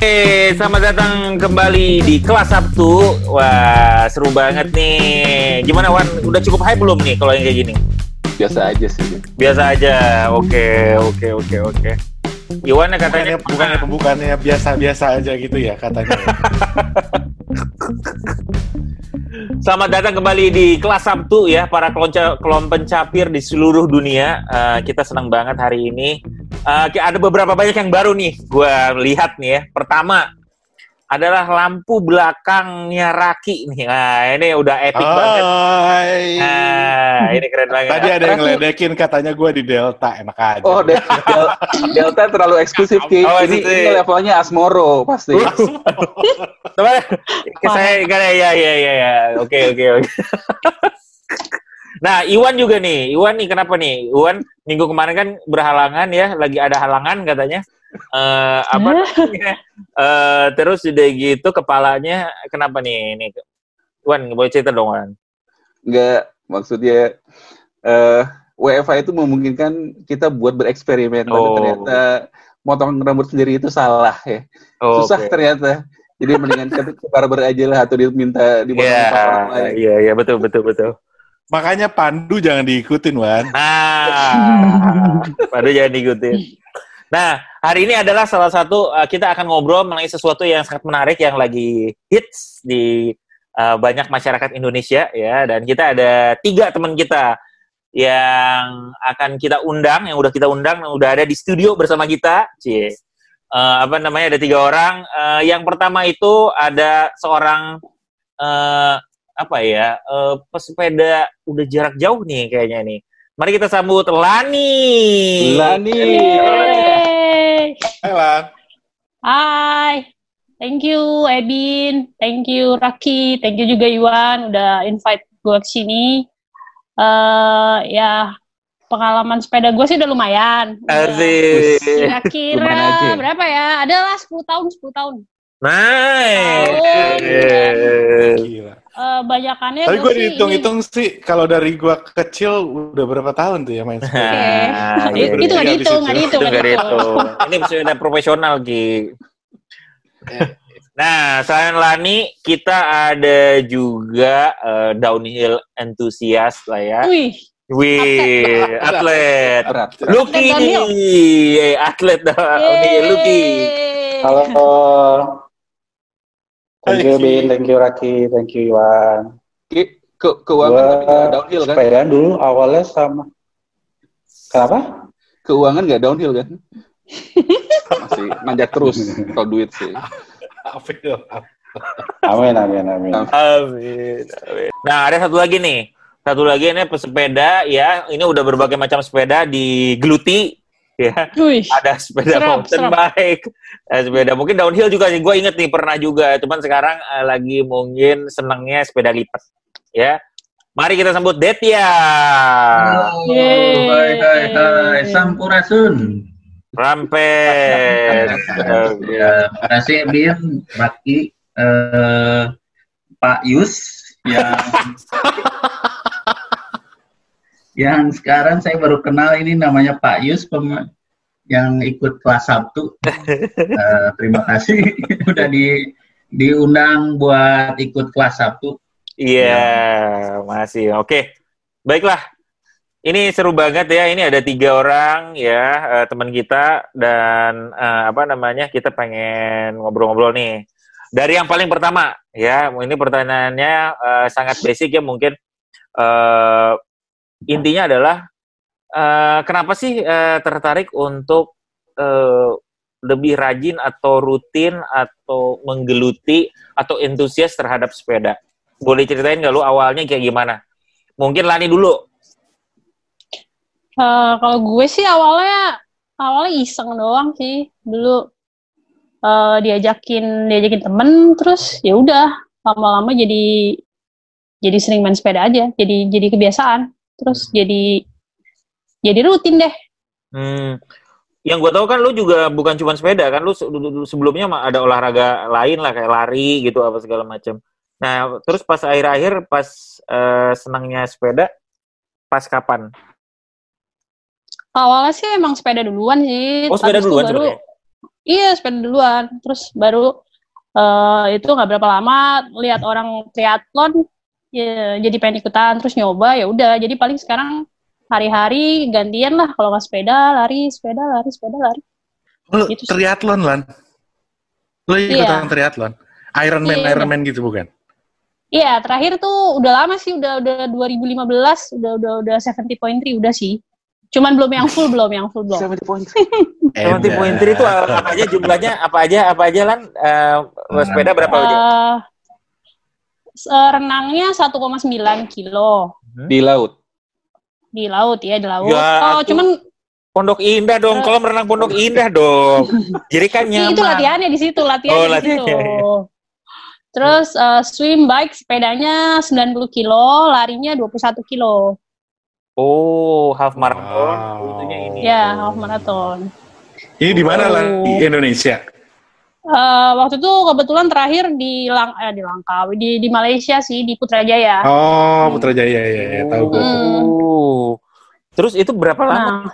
Selamat datang kembali di kelas Sabtu. Wah, seru banget nih. Gimana Wan? Udah cukup hype belum nih kalau yang kayak gini? Biasa aja sih. Biasa aja. Oke. Iwan katanya bukannya pembukaannya biasa-biasa aja gitu ya katanya. Selamat datang kembali di kelas Sabtu ya, para kelom pencapir di seluruh dunia. Kita senang banget hari ini. Ada beberapa banyak yang baru nih, gue lihat nih ya. Pertama adalah lampu belakangnya Raki nih. Nah, ini udah epic banget. Nah, ini keren banget. Tadi ada yang ngeledekin katanya gue di Delta, enak aja. Oh, Delta terlalu eksklusif, Ki. Ini levelnya Asmoro pasti. Coba saya ya. Oke. Nah, Iwan juga nih. Iwan nih kenapa nih? Iwan minggu kemarin kan berhalangan ya, lagi ada halangan katanya. Terus udah gitu kepalanya kenapa nih? Iwan, boleh cerita dong, Iwan? Enggak, maksudnya WFH itu memungkinkan kita buat bereksperimen, tapi ternyata motong rambut sendiri itu salah ya. Susah ternyata. Jadi mendingan ke barber aja lah atau diminta dipotong orang lain. Iya, betul. Makanya Pandu jangan diikutin, Wan. Pandu jangan diikutin. Nah, hari ini adalah salah satu kita akan ngobrol mengenai sesuatu yang sangat menarik yang lagi hits di banyak masyarakat Indonesia ya, dan kita ada 3 teman kita yang akan kita undang, yang udah kita undang, yang udah ada di studio bersama kita. Ada 3 orang. Yang pertama itu ada seorang pesepeda udah jarak jauh nih kayaknya nih. Mari kita sambut Lani. Hai, Lan. Hai. Thank you, Ebin. Thank you, Raki. Thank you juga, Iwan. Udah invite gue ke sini. Pengalaman sepeda gue sih udah lumayan. Asik. Kira-kira berapa ya? Adalah 10 tahun. Nice. Gila. Banyakannya tapi gue dihitung-hitung sih kalau dari gue kecil udah berapa tahun tuh ya main sepeda. Itu nggak dihitung. Ini sudah profesional, Ki. Nah, selain Lani, kita ada juga downhill enthusiast lah ya. Wih, atlet. Lucky, atlet Lucky. Halo. Thank you, Bin. Thank you, Raki. Thank you, Iwan. Keuangan downhill kan? Sepedaan dulu awalnya sama. Kenapa? Keuangan nggak downhill kan? Masih manjat terus kalau duit sih. Amin. Nah, ada satu lagi nih. Ini pesepeda ya. Ini udah berbagai macam sepeda digeluti. Ya, ada sepeda mountain bike, sepeda mungkin downhill juga sih. Gue inget nih pernah juga, cuman sekarang lagi mungkin senangnya sepeda lipat. Ya, mari kita sambut Detya. Hai, Sampurasun. Rampes. Ya, kasih Bin, Raki, Pak Yus yang sekarang saya baru kenal, ini namanya Pak Yus yang ikut kelas Sabtu. Terima kasih udah diundang buat ikut kelas Sabtu. Iya, masih. Oke. Baiklah. Ini seru banget ya. Ini ada 3 orang ya, teman kita, dan kita pengen ngobrol-ngobrol nih. Dari yang paling pertama ya, ini pertanyaannya sangat basic ya mungkin. Intinya adalah kenapa sih tertarik untuk lebih rajin atau rutin atau menggeluti atau entusias terhadap sepeda? Boleh ceritain nggak lu awalnya kayak gimana? Mungkin Lani dulu. Kalau gue sih awalnya iseng doang sih dulu. Diajakin temen, terus ya udah lama-lama jadi sering main sepeda aja, jadi kebiasaan. Terus jadi rutin deh. Yang gue tahu kan lu juga bukan cuma sepeda kan, lu sebelumnya ada olahraga lain lah kayak lari gitu apa segala macam. Nah, terus pas akhir-akhir pas senangnya sepeda pas kapan? Awalnya sih emang sepeda duluan sih. Oh, sepeda duluan sebenarnya. Iya, sepeda duluan. Terus baru itu nggak berapa lama lihat orang triathlon, ya, jadi pengen ikutan. Terus nyoba, ya udah. Jadi paling sekarang hari-hari gantian lah. Kalau nggak sepeda, lari, sepeda, lari, sepeda, lari. Lo Gitu sih. triathlon, Lan? Lo ikutan triathlon? Ironman gitu bukan? Iya, terakhir tuh udah lama sih, udah 2015, udah 70.3 udah sih. Cuman belum yang full. 70.3 itu apa aja jumlahnya? Apa aja Lan? Sepeda berapa aja? Renangnya 1,9 kilo. Di laut. Di laut. Ya, cuman Pondok Indah dong, kalau renang Pondok Indah dong. Jadi kan nyaman. Itu latihannya di situ, latihannya di situ. Terus swim bike sepedanya 90 kilo, larinya 21 kilo. Oh, half marathon. Ini. Ya, half marathon. Ini di mana lah? Di Indonesia? Waktu itu kebetulan terakhir di Langkawi, di Malaysia sih, di Putrajaya. Oh, Putrajaya, ya, tahu gue. Terus itu berapa lama?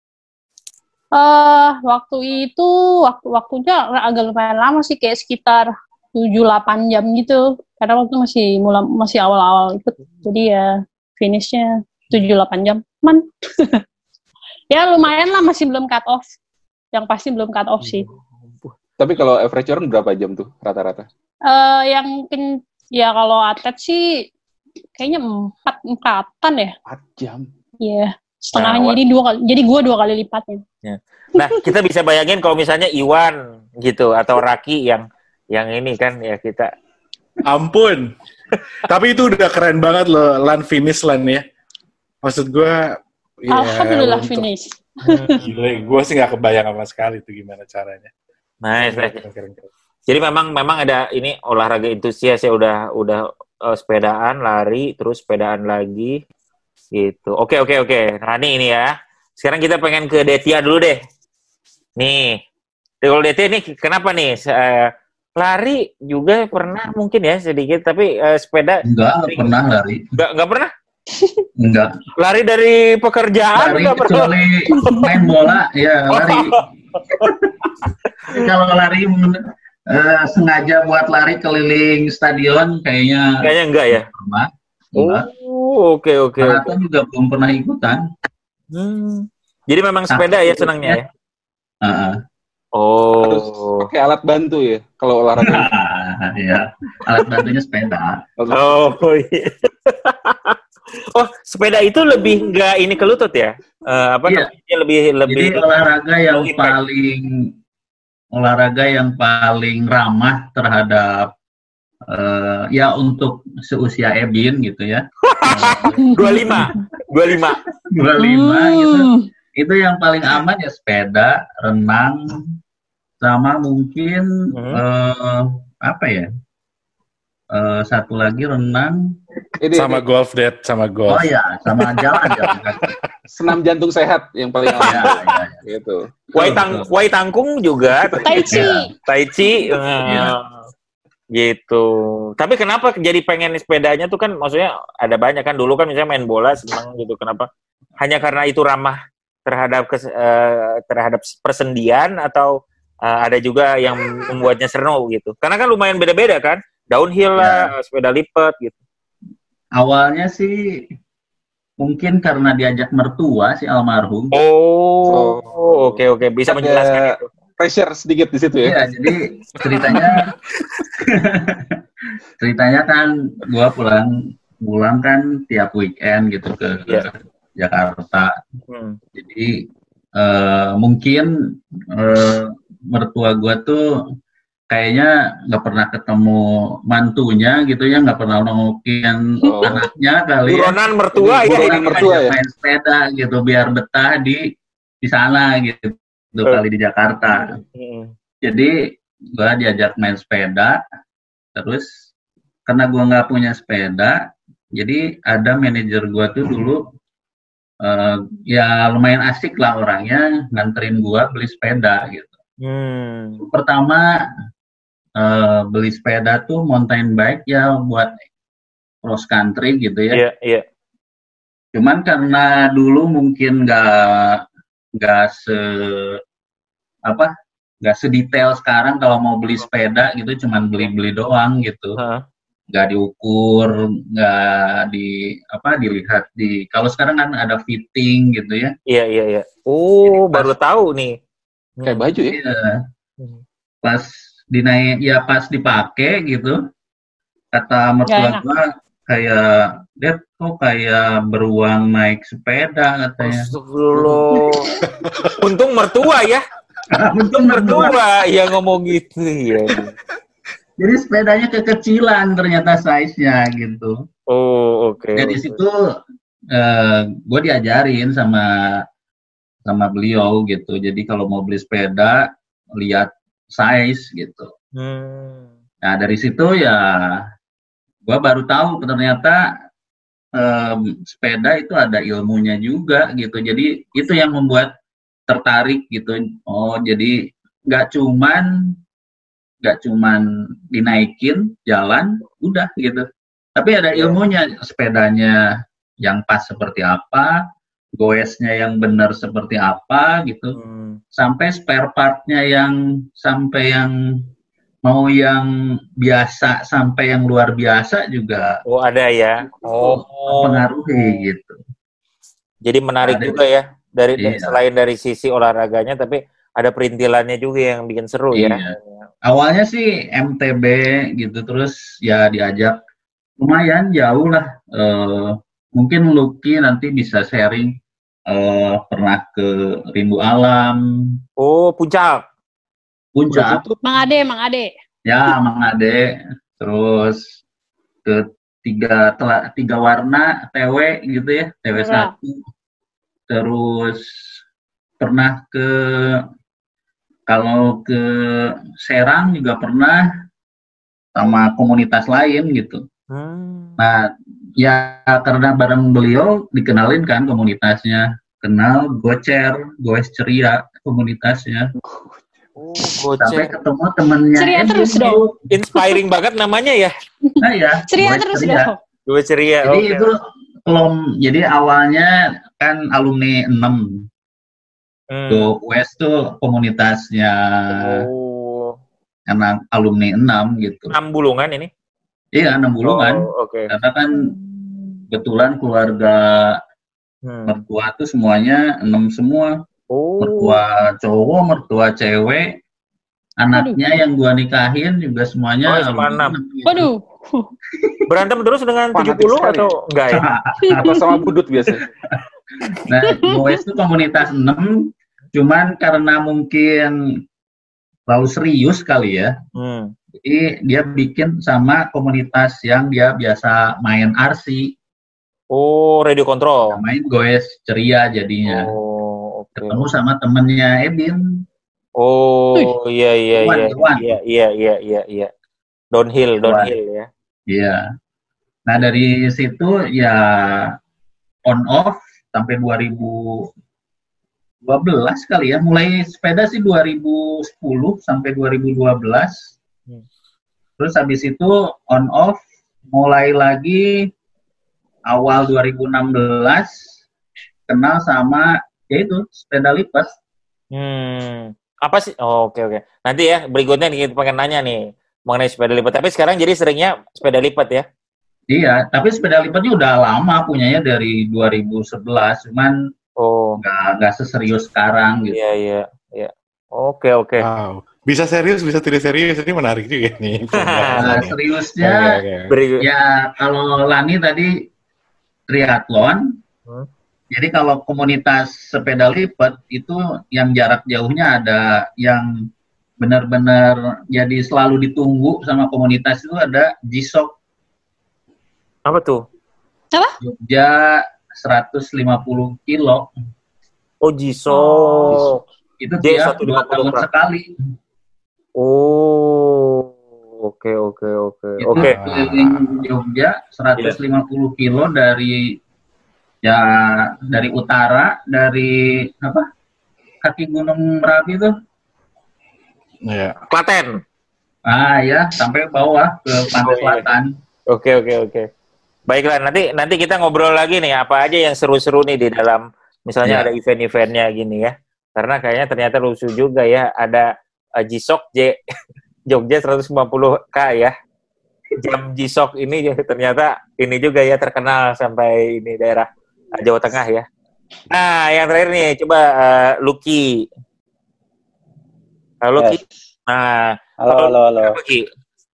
Waktu itu waktunya agak lumayan lama sih, kayak sekitar 7-8 jam gitu. Karena waktu masih awal-awal ikut. Jadi ya finishnya 7-8 jam. Ya lumayan lah, masih belum cut off. Yang pasti belum cut off sih. Tapi kalau average orang berapa jam tuh rata-rata? Ya kalau atlet sih kayaknya 4-4-an ya. 4 jam? Iya, setengahnya. Jadi gue 2 kali lipatnya. Ya. Nah, kita bisa bayangin kalau misalnya Iwan gitu atau Raki yang ini kan ya kita. Ampun. Tapi itu udah keren banget loh, Lan finish Lan ya. Maksud gue alhamdulillah finish. Gila, gue sih nggak kebayang sama sekali itu gimana caranya. Nice. Jadi memang ada ini olahraga entusias ya, udah sepedaan, lari, terus sepedaan lagi gitu. Oke. Nah ini ya. Sekarang kita pengen ke Detya dulu deh. Nih. Kalau Detya nih kenapa nih? Lari juga pernah mungkin ya sedikit, tapi sepeda enggak pernah lari. Enggak pernah? Enggak. Lari dari pekerjaan enggak pernah. Kecuali main bola ya lari. Kalau lari sengaja buat lari keliling stadion kayaknya enggak ya? Pernah. Oke. Maraton juga belum pernah ikutan. Jadi memang sepeda ya senangnya ya? Harus pakai alat bantu ya kalau olahraga. Iya, alat bantunya sepeda. Iya. Oh, sepeda itu lebih enggak ini ke lutut ya? Namanya lebih. Jadi olahraga yang paling ramah terhadap ya untuk seusia Ebin gitu ya. 25 gitu. Itu yang paling aman ya sepeda, renang, sama mungkin satu lagi renang. Sama golf. Oh ya, sama jalan. Senam jantung sehat yang paling aman. Ya. Gitu. Wai Tangkung juga. Tai Chi. Gitu. Tapi kenapa jadi pengen sepedanya tuh kan, maksudnya ada banyak kan, dulu kan misalnya main bola senang gitu. Kenapa? Hanya karena itu ramah terhadap persendian atau ada juga yang membuatnya seru gitu. Karena kan lumayan beda-beda kan. Downhill lah, sepeda lipat gitu. Awalnya sih mungkin karena diajak mertua si almarhum. Oke. Bisa menjelaskan itu. Pressure sedikit di situ ya. Iya, jadi ceritanya kan gua pulang kan tiap weekend gitu ke Jakarta. Jadi mungkin mertua gua tuh kayaknya nggak pernah ketemu mantunya gitu ya, nggak pernah nengokin anaknya kali. Buronan mertua ya. Main sepeda gitu biar betah di sana gitu kali di Jakarta. Jadi gua diajak main sepeda, terus karena gua nggak punya sepeda, jadi ada manajer gua tuh dulu ya lumayan asik lah orangnya, nganterin gua beli sepeda gitu. Pertama beli sepeda tuh mountain bike ya buat cross country gitu ya. Iya. Cuman karena dulu mungkin nggak nggak sedetail sekarang kalau mau beli sepeda gitu, cuman beli-beli doang gitu. Nggak diukur, nggak dilihat di. Kalau sekarang kan ada fitting gitu ya. Iya. Oh, baru tahu nih. Kayak baju ya. Iya. Pas dinaik, ya pas dipakai gitu, kata mertua gua kayak dia kok kayak beruang naik sepeda katanya. Astagfirullah. Untung mertua ya. Untung mertua ya ngomong gitu ya. Jadi sepedanya kekecilan ternyata size-nya gitu. Oh, oke. Dari situ gue diajarin sama beliau gitu. Jadi kalau mau beli sepeda lihat size gitu. Nah dari situ ya gue baru tahu ternyata sepeda itu ada ilmunya juga gitu. Jadi itu yang membuat tertarik gitu. Oh jadi nggak cuman dinaikin jalan udah gitu, tapi ada ilmunya, sepedanya yang pas seperti apa, goesnya yang benar seperti apa gitu, sampai spare partnya yang mau yang biasa sampai yang luar biasa juga. Oh ada ya. Mempengaruhi gitu. Jadi menarik juga ya selain dari sisi olahraganya, tapi ada perintilannya juga yang bikin seru ya. Awalnya sih MTB gitu, terus ya diajak lumayan jauh lah. Mungkin Lucky nanti bisa sharing pernah ke Rindu Alam. Oh, Puncak. Mang Ade. Ya, Mang Ade. Terus ke tiga warna TW gitu ya, TW1. Terus pernah kalau ke Serang juga pernah sama komunitas lain gitu. Nah, ya karena bareng beliau dikenalin kan komunitasnya. Kenal Goes Ceria komunitasnya. Sampai ketemu temennya. Ceria terus dong. Inspiring banget namanya ya. Nah ya. Ceria terus dong. Goes Ceria. Jadi itu jadi awalnya kan alumni 6. West tuh komunitasnya anak alumni 6 gitu. 6 Bulungan ini? Iya, 6 Bulungan. Okay. Karena kan kebetulan keluarga mertua tuh semuanya 6 semua. Mertua cowok, mertua cewek, anaknya yang gua nikahin juga semuanya sama 6. Gitu. Waduh. Berantem terus dengan 70 atau enggak ya? Atau sama budut biasa. Nah, West itu komunitas 6, cuman karena mungkin terlalu serius kali ya. Jadi dia bikin sama komunitas yang dia biasa main RC. Oh, radio control. Main Goes Ceria jadinya. Ketemu sama temennya Edin. Oh, iya. Downhill ya. Iya. Nah, dari situ ya on off sampai 2012 kali ya. Mulai sepeda sih 2010 sampai 2012. Terus habis itu on off mulai lagi awal 2016 kenal sama yaitu sepeda lipat. Apa sih? Oh, oke. Nanti ya berikutnya kita pengen nanya nih mengenai sepeda lipat. Tapi sekarang jadi seringnya sepeda lipat ya? Iya, tapi sepeda lipatnya udah lama punyanya dari 2011, cuman nggak seserius sekarang gitu. Iya. Oke. Wow. Bisa serius, bisa tidak serius, ini menarik juga nih. Nah, seriusnya, ya kalau Lani tadi triathlon, jadi kalau komunitas sepeda lipat itu yang jarak jauhnya ada yang benar-benar jadi selalu ditunggu sama komunitas itu ada G-Shock. Apa tuh? Apa? Jogja 150 kilo. Oh, G-Shock. Itu tiap 2 tahun sekali. Oh, oke. Itu keliling Jogja 150 kilo dari utara, dari kaki Gunung Merapi itu. Iya. Klaten. Ya, sampai bawah ke pantai selatan. Oke. Baiklah, nanti kita ngobrol lagi nih apa aja yang seru-seru nih di dalam misalnya ada event-eventnya gini ya. Karena kayaknya ternyata lucu juga ya, ada G-Shock Jogja 150K ya. Jam G-Shock ini ternyata ini juga ya terkenal sampai ini daerah Jawa Tengah ya. Nah, yang terakhir nih coba Lucky. Halo Ki. Nah, halo. Ki.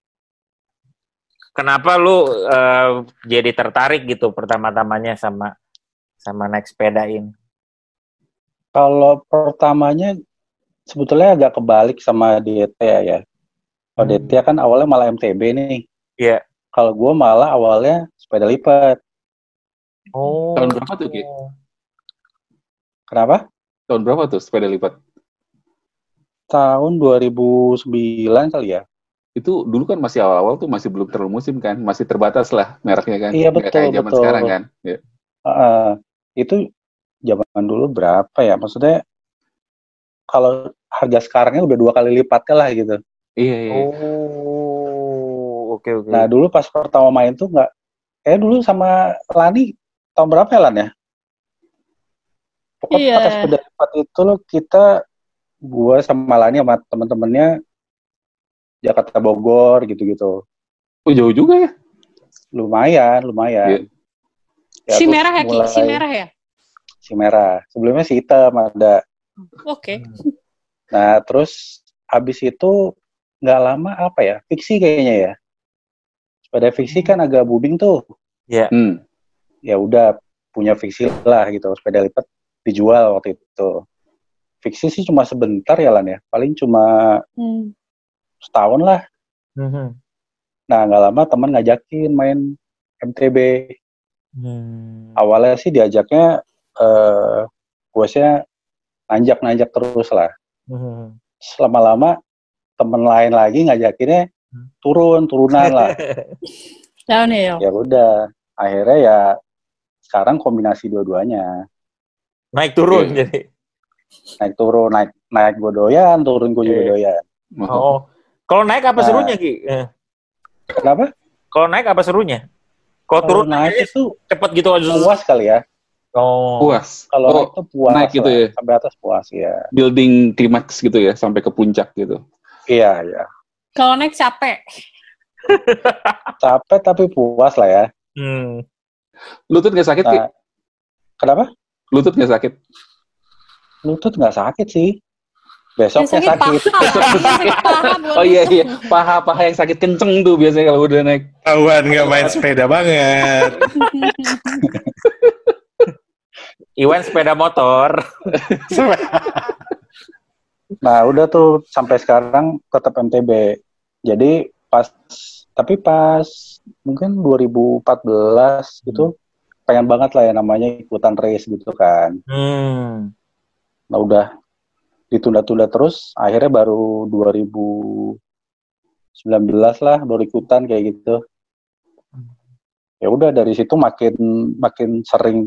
Kenapa lu jadi tertarik gitu pertama-tamanya sama naik sepeda ini? Kalau pertamanya sebetulnya agak kebalik sama DT ya. Kalau DT kan awalnya malah MTB nih. Iya. Kalau gue malah awalnya sepeda lipat. Oh. Tahun berapa tuh, Ki? Kenapa? Tahun berapa tuh sepeda lipat? Tahun 2009 kali ya. Itu dulu kan masih awal-awal tuh masih belum terlalu musim kan, masih terbatas lah mereknya kan. Iya betul. Kayak zaman sekarang kan. Ya. Itu zaman dulu berapa ya? Maksudnya kalau harga sekarangnya udah 2 kali lipatnya lah gitu. Iya. Oh, oke. Nah dulu pas pertama main tuh nggak, dulu sama Lani tahun berapa ya Lan ya? Pokoknya pakai sepeda lipat itu loh gue sama Lani sama temen-temennya Jakarta Bogor gitu-gitu. Oh jauh juga ya? Lumayan. Yeah. Ya, si merah ya, Ki? Si merah ya? Si merah. Sebelumnya si hitam ada. Oke. Nah, terus habis itu nggak lama apa ya? Fiksi kayaknya ya. Sepeda fiksi kan agak booming tuh. Iya. Ya udah punya fiksi lah gitu. Sepeda lipat dijual waktu itu. Fiksi sih cuma sebentar ya Lan ya. Paling cuma setahun lah. Nah, nggak lama teman ngajakin main MTB. Awalnya sih diajaknya kuasnya nanjak terus lah. Lama-lama teman lain lagi ngajakinnya turunan lah. Downhill. Ya udah, akhirnya ya sekarang kombinasi dua-duanya. Naik turun jadi. Naik turun, naik gue doyan, turun gue juga doyan. Oh. Kalau naik apa serunya, Ki? Kenapa? Kalau naik apa serunya? Kalau turun naik itu cepet gitu aja. Puas kali ya. Oh. Puas. Kalau naik itu puas. Naik gitu ya. Sampai atas puas ya. Building climax gitu ya, sampai ke puncak gitu. Iya. Kalau naik capek. Capek tapi puas lah ya. Lutut nggak sakit, Ki? Kenapa? Lutut nggak sakit? Lutut nggak sakit sih. Besoknya sakit. Oh iya. Paha yang sakit kenceng tuh biasanya kalau udah naik. Tahuan nggak main sepeda banget. Iwan sepeda motor. Nah udah tuh sampai sekarang tetap MTB. Jadi pas mungkin 2014 gitu pengen banget lah ya namanya ikutan race gitu kan. Nah udah ditunda-tunda terus, akhirnya baru 2019 lah baru ikutan kayak gitu. Ya udah dari situ makin sering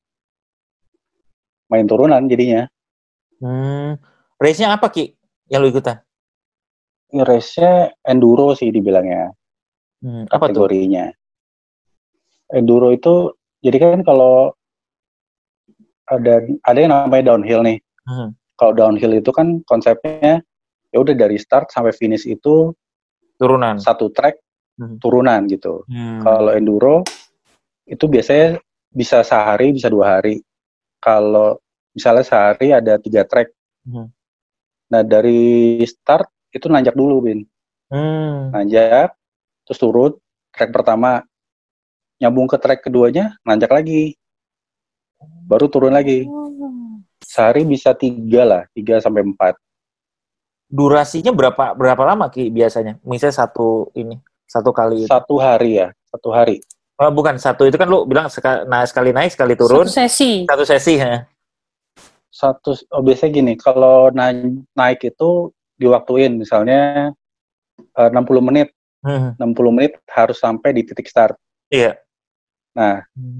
main turunan jadinya. Race-nya apa, Ki? Yang lu ikutan? Ini race-nya enduro sih dibilangnya. Apa kategorinya? Enduro itu jadi kan kalau ada yang namanya downhill nih. Kalau downhill itu kan konsepnya ya udah dari start sampai finish itu turunan. Satu track turunan gitu. Kalau enduro itu biasanya bisa sehari, bisa 2 hari. Kalau misalnya sehari ada 3 track. Nah dari start itu nanjak dulu, Bin. Nanjak, terus turun track pertama, nyambung ke track keduanya, nanjak lagi, baru turun lagi. Sehari bisa 3 sampai 4. Durasinya berapa lama, Ki, biasanya? Misalnya satu kali itu. 1 hari ya, 1 hari. Oh, bukan, satu itu kan lu bilang sekali naik, sekali turun. Satu sesi ya. Biasanya gini, kalau naik itu diwaktuin, misalnya 60 menit. 60 menit harus sampai di titik start. Iya. Nah,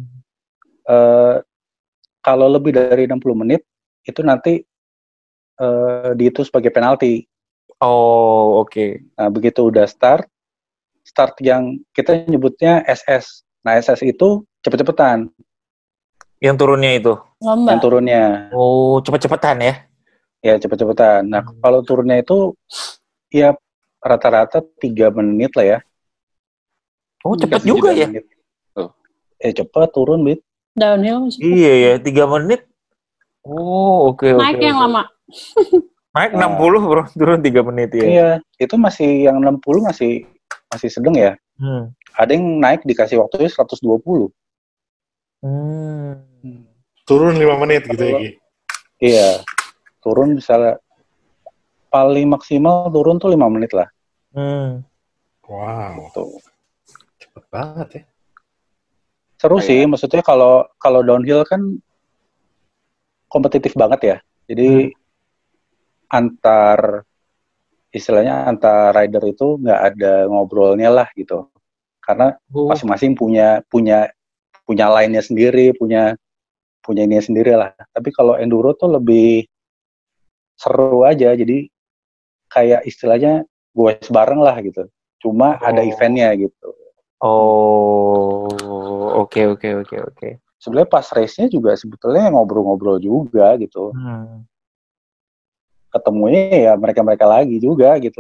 kalau lebih dari 60 menit, itu nanti dihitung sebagai penalti. Oh, oke. Nah, begitu udah start yang kita nyebutnya SS. Nah, SS itu cepet-cepetan. Yang turunnya itu? Lomba. Yang turunnya. Oh, cepet-cepetan ya? Ya, cepet-cepetan. Nah, kalau turunnya itu Iya, rata-rata 3 menit lah ya. Oh, cepat juga ya. Menit. Cepat turun, Bit. Downhill. Iya ya, 3 menit. Oh, oke. Naik yang lama. Naik 60 bro, turun 3 menit ya. Iya, itu masih yang 60 masih sedang ya. Ada yang naik dikasih waktunya 120. Turun 5 menit gitu ya, Ki? Iya, turun misalnya paling maksimal turun tuh 5 menit lah. Wow. Tuh. Cepet banget ya. Seru sih, maksudnya kalau downhill kan kompetitif banget ya. Jadi antar rider itu nggak ada ngobrolnya lah gitu. Karena masing-masing punya line-nya sendiri, punya ininya sendiri lah. Tapi kalau enduro tuh lebih seru aja. Jadi kayak istilahnya gue bareng lah gitu. Cuma ada eventnya gitu. Oke. Sebenarnya pas race-nya juga sebetulnya ngobrol-ngobrol juga gitu. Ketemunya ya mereka-mereka lagi juga gitu.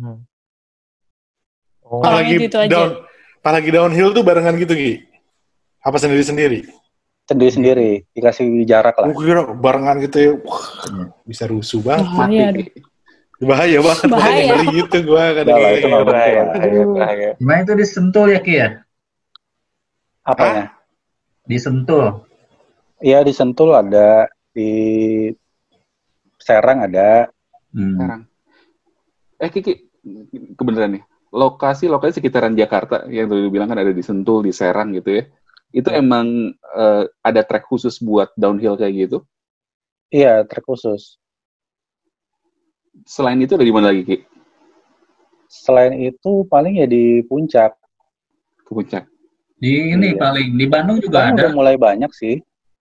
Apalagi downhill tuh barengan gitu, Ki? Apa sendiri-sendiri? Sendiri-sendiri, dikasih jarak lah. Kira barengan gitu ya, bisa rusuh banget. Bahaya banget. Bahaya. Gitu gue bahaya. Gimana itu disentul ya, Ki ya? Apanya? Disentul. Iya, disentul ada, di Serang ada. Serang. Kiki, kebenaran nih. Lokasi sekitaran Jakarta yang tadi bilang kan ada di Sentul, di Serang gitu ya. Itu emang ada trek khusus buat downhill kayak gitu? Iya, trek khusus. Selain itu ada di mana lagi, Ki? Selain itu paling ya di Puncak. Puncak. Di ini paling di Bandung juga ada. Udah mulai banyak sih.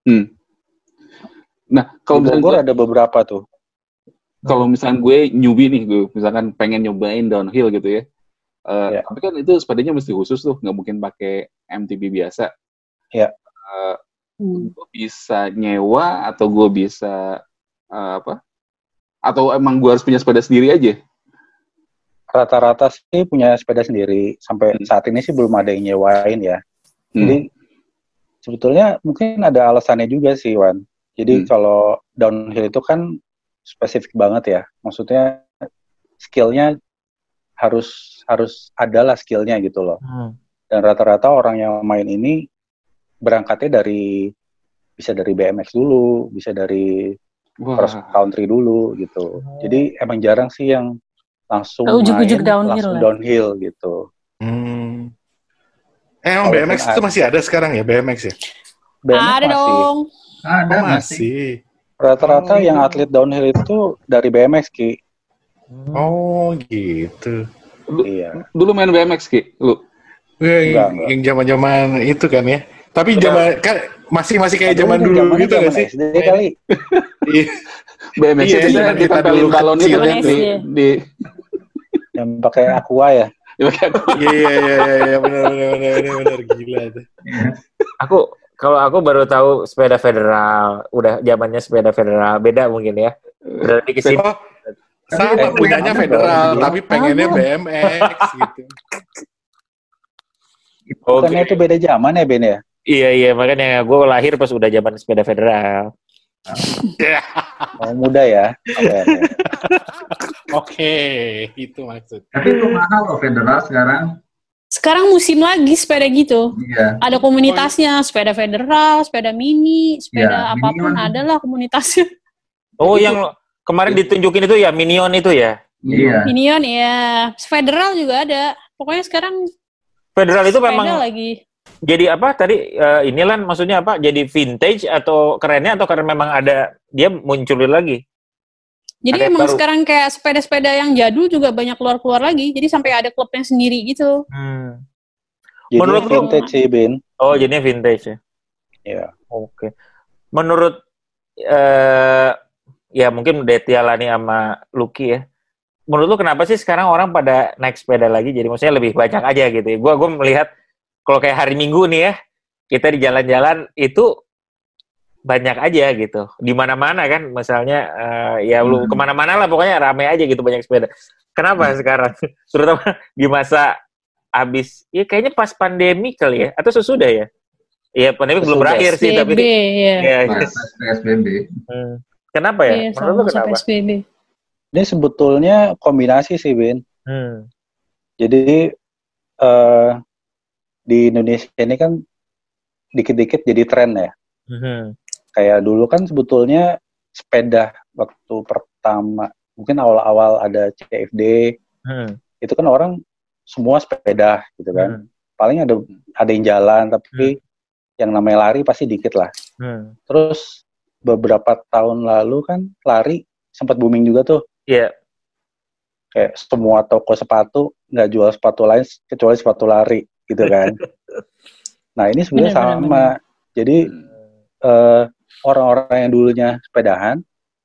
Nah, kalau di Bogor ada beberapa tuh. Kalau misalnya gue newbie nih, gue misalkan pengen nyobain downhill gitu ya. Tapi kan itu sepedanya mesti khusus tuh, nggak mungkin pakai MTB biasa. Iya. Gue bisa nyewa atau gue bisa apa? Atau emang gue harus punya sepeda sendiri aja? Rata-rata sih punya sepeda sendiri. Sampai saat ini sih belum ada yang nyewain ya. Jadi sebetulnya mungkin ada alasannya juga sih, Wan. Jadi kalau downhill itu kan spesifik banget ya. Maksudnya skillnya harus adalah skillnya gitu loh. Dan rata-rata orang yang main ini berangkatnya bisa dari BMX dulu, bisa dari cross country dulu gitu. Jadi emang jarang sih yang langsung ujuk-ujuk downhill gitu. Emang BMX itu masih ada sekarang ya, BMX ya? BMX ada masih. dong. Ada masih. Rata-rata yang atlet downhill itu dari BMX, Ki. Oh, gitu. Iya. Dulu main BMX, Ki? Lu? Yang zaman-zaman itu kan ya. Tapi zaman kan masih kayak zaman dulu gitu nggak sih? SD kali. BMX itu kita dulu balon itu kan di yang pakai aqua ya. Iya benar gila tuh. Kalau aku baru tahu sepeda federal, udah zamannya sepeda federal, beda mungkin ya. Berarti kesini. Sama punyanya federal, tapi pengennya BMX gitu. Bukannya itu beda zaman ya, Ben ya? Iya, makanya gue lahir pas udah zaman sepeda federal. Muda ya. Oke, itu maksud. Tapi itu mahal loh federal sekarang. Sekarang musim lagi sepeda gitu. Iya. Ada komunitasnya, sepeda federal, sepeda mini, sepeda apapun adalah komunitasnya. Oh, yang kemarin ditunjukin itu ya, Minion itu ya? Iya. Minion ya. Federal juga ada. Pokoknya sekarang federal itu memang lagi. Jadi apa tadi inilah maksudnya apa? Jadi vintage atau kerennya atau karena memang ada dia munculin lagi? Jadi ada emang sekarang kayak sepeda-sepeda yang jadul juga banyak keluar lagi. Jadi sampai ada klubnya sendiri gitu. Jadi menurut vintage sih, Ben. Oh, jadinya vintage ya? Iya. Oke. Menurut ya mungkin Detialani sama Lucky ya. Menurut lu kenapa sih sekarang orang pada naik sepeda lagi? Jadi maksudnya lebih banyak aja gitu ya. Gue melihat kalau kayak hari Minggu nih ya, kita di jalan-jalan itu banyak aja gitu. Di mana-mana kan, misalnya ya lu kemana-mana lah pokoknya rame aja gitu banyak sepeda. Kenapa sekarang? Terutama di masa habis, ya kayaknya pas pandemi kali ya, atau sesudah ya? Iya, pandemi belum berakhir sih, tapi ya. Pas PSBB. Kenapa ya? Iya, Menurut lu kenapa? PSBB. Ini sebetulnya kombinasi sih, Ben. Jadi di Indonesia ini kan dikit-dikit jadi tren ya. Kayak dulu kan sebetulnya sepeda waktu pertama, mungkin awal-awal ada CFD, itu kan orang semua sepeda gitu kan. Paling ada yang jalan, tapi yang namanya lari pasti dikit lah. Terus beberapa tahun lalu kan lari sempat booming juga tuh. Iya. Kayak semua toko sepatu nggak jual sepatu lain kecuali sepatu lari gitu kan. Nah ini sebenarnya sama. Jadi orang-orang yang dulunya sepedahan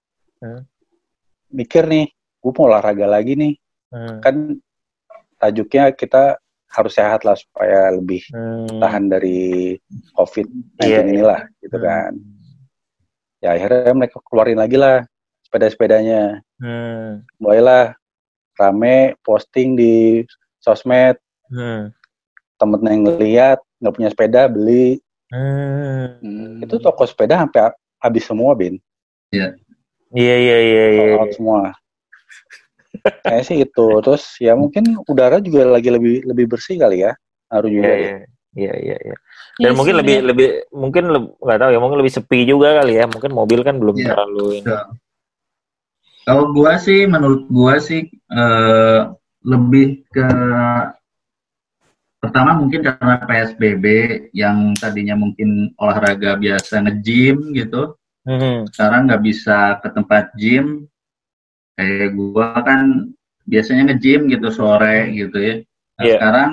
mikir nih, gue mau olahraga lagi nih. Kan tajuknya kita harus sehat lah supaya lebih tahan dari COVID-19 inilah gitu kan. Ya akhirnya mereka keluarin lagi lah sepeda-sepedanya. Mulailah rame posting di sosmed. Temen yang ngeliat nggak punya sepeda beli. Itu toko sepeda sampai habis semua, Bin. Iya. Iya. Semua. Kayaknya sih itu. Terus ya mungkin udara juga lagi lebih bersih kali ya. Harus juga. Iya. Dan mungkin lebih mungkin nggak tahu ya, mungkin lebih sepi juga kali ya. Mungkin mobil kan belum terlalu ini. Kalau menurut gua sih lebih ke pertama mungkin karena PSBB yang tadinya mungkin olahraga biasa nge-gym gitu. Sekarang nggak bisa ke tempat gym. Kayak gua kan biasanya nge-gym gitu sore gitu ya. Nah, sekarang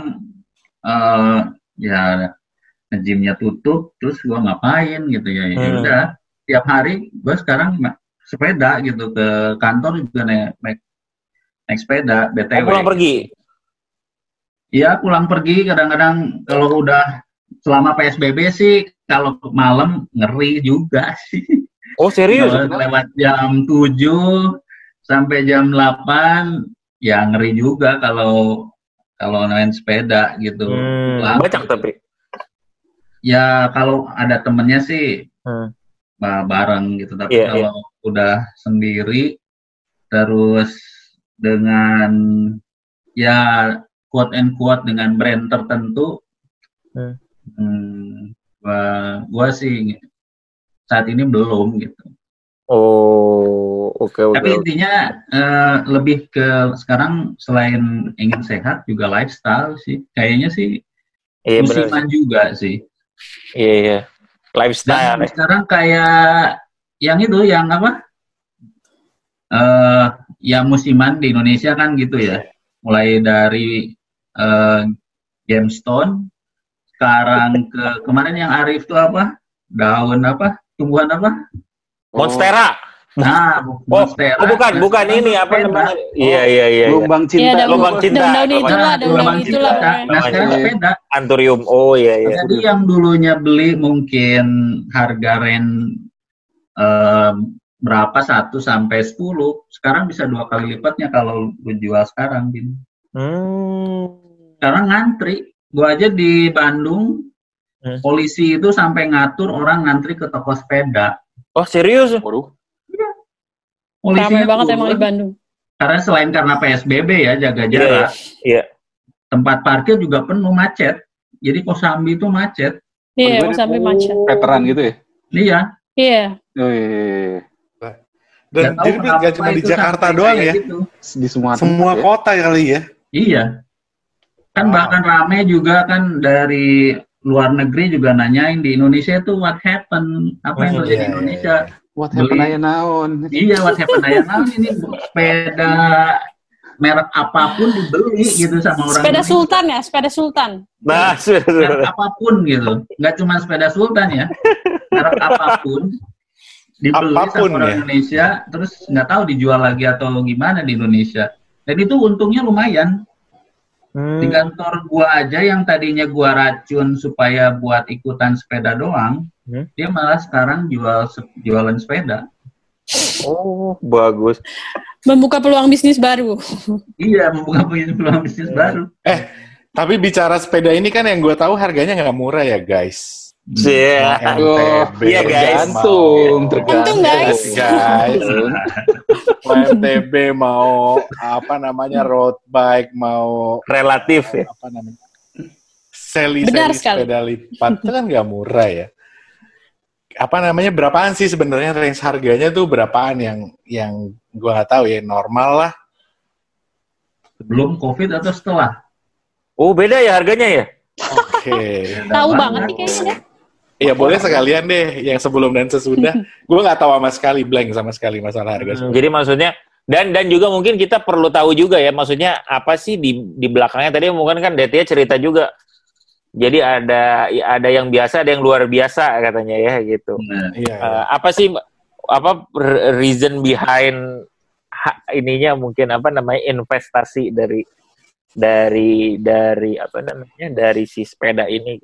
ya nge-gymnya tutup, terus gua ngapain gitu ya. Ya udah, tiap hari gua sekarang sepeda gitu ke kantor juga naik sepeda BTW. Pulang pergi? Iya, pulang pergi kadang-kadang kalau udah selama PSBB sih kalau malam ngeri juga sih. Oh, serius? Lewat jam 7 sampai jam 8 ya ngeri juga kalau main sepeda gitu. Banyak tapi. Ya kalau ada temennya sih bareng gitu, tapi kalau udah sendiri terus dengan ya quote and quote dengan brand tertentu, gua sih saat ini belum gitu. Oh, oke. Tapi intinya lebih ke sekarang selain ingin sehat juga lifestyle sih, kayaknya sih musiman juga sih. Iya. Lifestyle. Dan sekarang kayak yang itu, yang apa? Yang musiman di Indonesia kan gitu ya. Mulai dari gemstone, sekarang ke kemarin yang Arif tuh apa? Daun apa? Tumbuhan apa? Monstera. Nah, Monstera. Bukan ini apa namanya? Iya. Gelombang cinta. Daun-daun itulah. Nah, sekarang sepeda. Anthurium. Oh iya. Jadi yang dulunya beli mungkin harga rent berapa 1 sampai 10, sekarang bisa 2 kali lipatnya kalau lu jual sekarang, Bin. Sekarang ngantri. Gua aja di Bandung, polisi itu sampai ngatur orang ngantri ke toko sepeda. Oh, serius? Waduh. Ramai banget emang di Bandung. Karena selain karena PSBB ya, jaga jarak. Iya. Tempat parkir juga penuh macet. Jadi Kosambi itu macet. Iya, Kosambi macet. Veteran gitu ya? Iya. Oh, iya. Dan jadi nggak cuma di Jakarta doang ya? Gitu. Di semua kota kali ya? Iya. Kan bahkan rame juga kan dari luar negeri juga nanyain di Indonesia itu what happened? Apa yang terjadi di Indonesia? What happened aya naon? Iya, what happened aya naon, ini sepeda merek apapun dibeli gitu sama orang. Sepeda Sultan ya, sepeda Sultan. Nah, merek apapun gitu. Nggak cuma sepeda Sultan ya. Merek apapun dibeli sama orang Indonesia, terus nggak tahu dijual lagi atau gimana di Indonesia. Dan itu untungnya lumayan. Di kantor gua aja yang tadinya gua racun supaya buat ikutan sepeda doang, dia malah sekarang jualan sepeda. Oh, bagus. Membuka peluang bisnis baru. Iya, membuka peluang bisnis baru. Tapi bicara sepeda ini kan yang gue tahu harganya nggak murah ya guys. Iya. Iya guys. Tergantung guys. Mau MTB, mau apa namanya road bike, mau Relatif ya. apa namanya seli Benar sekali. sepeda lipat itu kan nggak murah ya. Apa namanya berapaan sih sebenarnya range harganya tuh berapaan yang gue nggak tahu ya, normal lah. Sebelum COVID atau setelah? Oh, beda ya harganya ya? Oke. Tahu banget nih kayaknya. Iya boleh sekalian deh yang sebelum dan sesudah. Gue nggak tahu sama sekali, blank sama sekali masalah harga. Jadi maksudnya dan juga mungkin kita perlu tahu juga ya, maksudnya apa sih di belakangnya tadi mungkin kan Detia cerita juga. Jadi ada yang biasa, ada yang luar biasa katanya ya gitu. Iya. Apa sih reason behind ininya mungkin apa namanya investasi dari apa namanya dari si sepeda ini?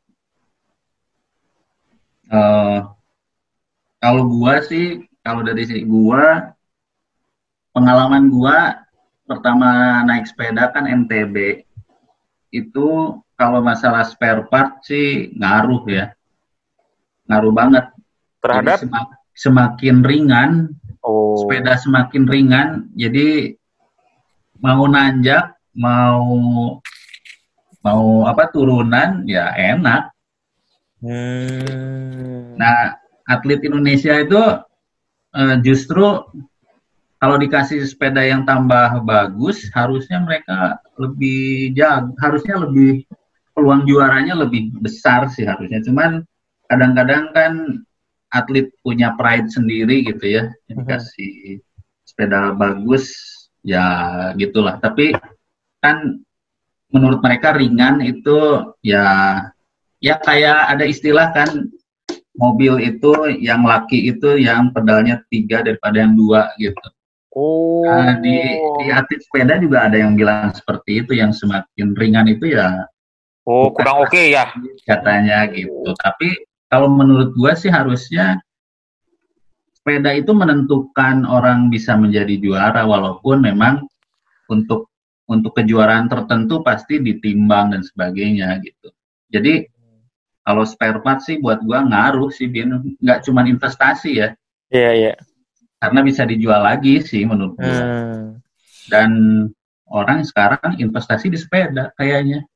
Kalau dari gua, pengalaman gua pertama naik sepeda kan MTB itu kalau masalah spare part sih ngaruh banget Terhadap jadi semakin ringan sepeda semakin ringan, jadi mau nanjak mau turunan ya enak. Nah, atlet Indonesia itu justru kalau dikasih sepeda yang tambah bagus, harusnya mereka harusnya lebih peluang juaranya lebih besar sih harusnya. Cuman kadang-kadang kan atlet punya pride sendiri gitu ya, dikasih sepeda bagus ya gitulah. Tapi kan menurut mereka ringan itu ya kayak ada istilah kan, mobil itu yang laki itu yang pedalnya 3 daripada yang 2 gitu. Nah, di atlet sepeda juga ada yang bilang seperti itu, yang semakin ringan itu ya kurang oke ya katanya gitu. Tapi kalau menurut gua sih harusnya sepeda itu menentukan orang bisa menjadi juara, walaupun memang untuk kejuaraan tertentu pasti ditimbang dan sebagainya gitu. Jadi kalau spare part sih buat gua ngaruh sih, nggak cuma investasi ya. Iya. Karena bisa dijual lagi sih menurut gua. Dan orang sekarang investasi di sepeda kayaknya.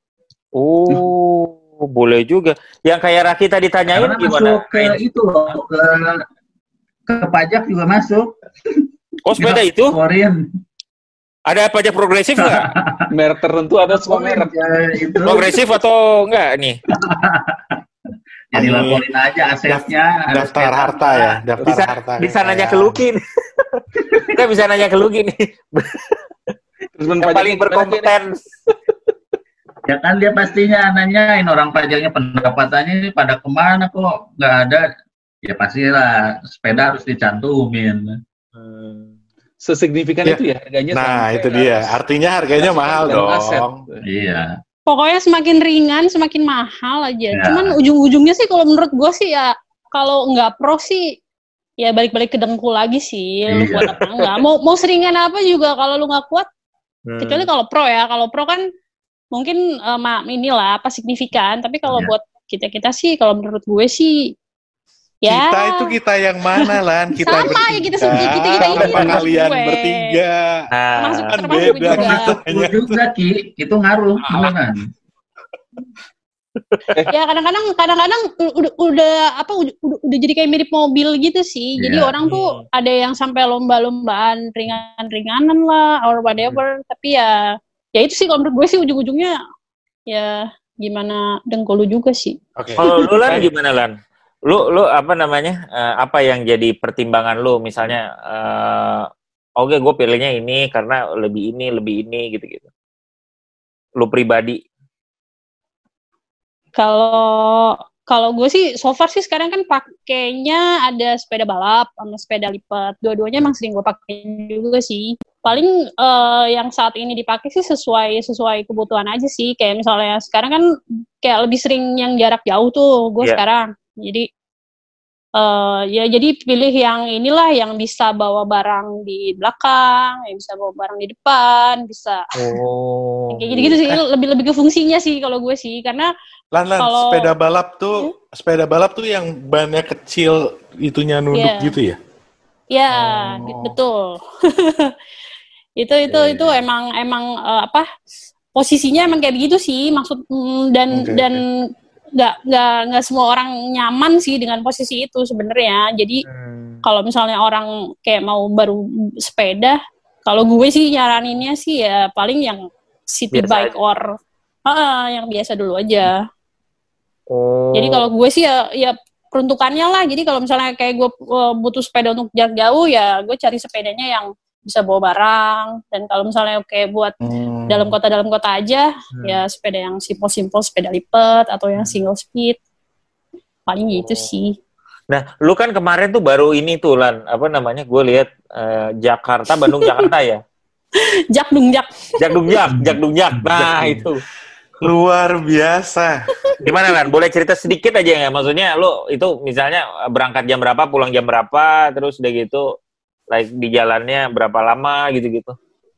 Boleh juga. Yang kayak Raki tadi tanyain karena gimana? Masuk ke itu loh, ke pajak juga masuk. Sepeda itu? Korean. Ada pajak progresif nggak? Merek tertentu ada semua merek. Progresif atau enggak nih? Jadi laporin aja asetnya. Daftar harta ya. Bisa nanya ke Luki nih. Kita bisa nanya ke Luki nih. Terus yang paling berkompeten. Ya kan dia pastinya nanyain orang pajaknya pendapatannya ini pada kemana kok nggak ada. Ya pastilah sepeda harus dicantumin. Sesignifikan itu ya harganya. Nah itu dia, artinya harganya mahal dong. Aset. Iya. Pokoknya semakin ringan semakin mahal aja. Ya. Cuman ujung-ujungnya sih kalau menurut gue sih ya kalau nggak pro sih ya balik-balik ke dengkul lagi sih. Lu kuat apa enggak? Mau seringan apa juga kalau lu nggak kuat. Kecuali kalau pro ya. Kalau pro kan mungkin inilah apa signifikan. Tapi kalau buat kita sih kalau menurut gue sih ya. Kita yang mana Lan? Kita sama bertiga. ya kita ini kalian bertiga. Termasuk beda juga. Juga Ki, itu ngaruh beneran. Ya kadang-kadang udah jadi kayak mirip mobil gitu sih. Jadi orang tuh ada yang sampai lomba-lombaan ringan-ringanan lah or whatever. Tapi ya itu sih kalau menurut gue sih ujung-ujungnya ya gimana dengkul lu juga sih. Kalau lu Lan gimana Lan? Lu apa namanya? Apa yang jadi pertimbangan lu misalnya oke gue pilihnya ini karena lebih ini gitu-gitu. Lu pribadi. Kalau gue sih so far sih sekarang kan pakainya ada sepeda balap sama sepeda lipat. Dua-duanya emang sering gue pakai juga sih. Paling yang saat ini dipakai sih sesuai kebutuhan aja sih. Kayak misalnya sekarang kan kayak lebih sering yang jarak jauh tuh gue sekarang. Jadi Ya jadi pilih yang inilah yang bisa bawa barang di belakang, yang bisa bawa barang di depan, bisa. Kayak gitu-gitu sih, lebih ke fungsinya sih kalau gue sih, karena kalau sepeda balap tuh yang bannya kecil, itunya nunduk gitu ya? Ya, betul. itu emang posisinya emang kayak begitu sih, maksud dan nggak semua orang nyaman sih dengan posisi itu sebenarnya. Jadi kalau misalnya orang kayak mau baru sepeda, kalau gue sih nyaraninnya sih ya paling yang city bike or yang biasa dulu aja. Jadi kalau gue sih ya peruntukannya lah. Jadi kalau misalnya kayak gue butuh sepeda untuk jarak jauh, ya gue cari sepedanya yang bisa bawa barang. Dan kalau misalnya kayak buat dalam kota aja, ya sepeda yang simpel-simpel, sepeda lipat atau yang single speed. Paling gitu sih. Nah, lu kan kemarin tuh baru ini tuh Lan, apa namanya? Gue lihat Jakarta, Bandung, Jakarta ya. Jakdungjak. Nah, itu. Luar biasa. Gimana Lan? Boleh cerita sedikit aja nggak? Maksudnya lu itu misalnya berangkat jam berapa, pulang jam berapa, terus udah gitu, like di jalannya berapa lama gitu-gitu?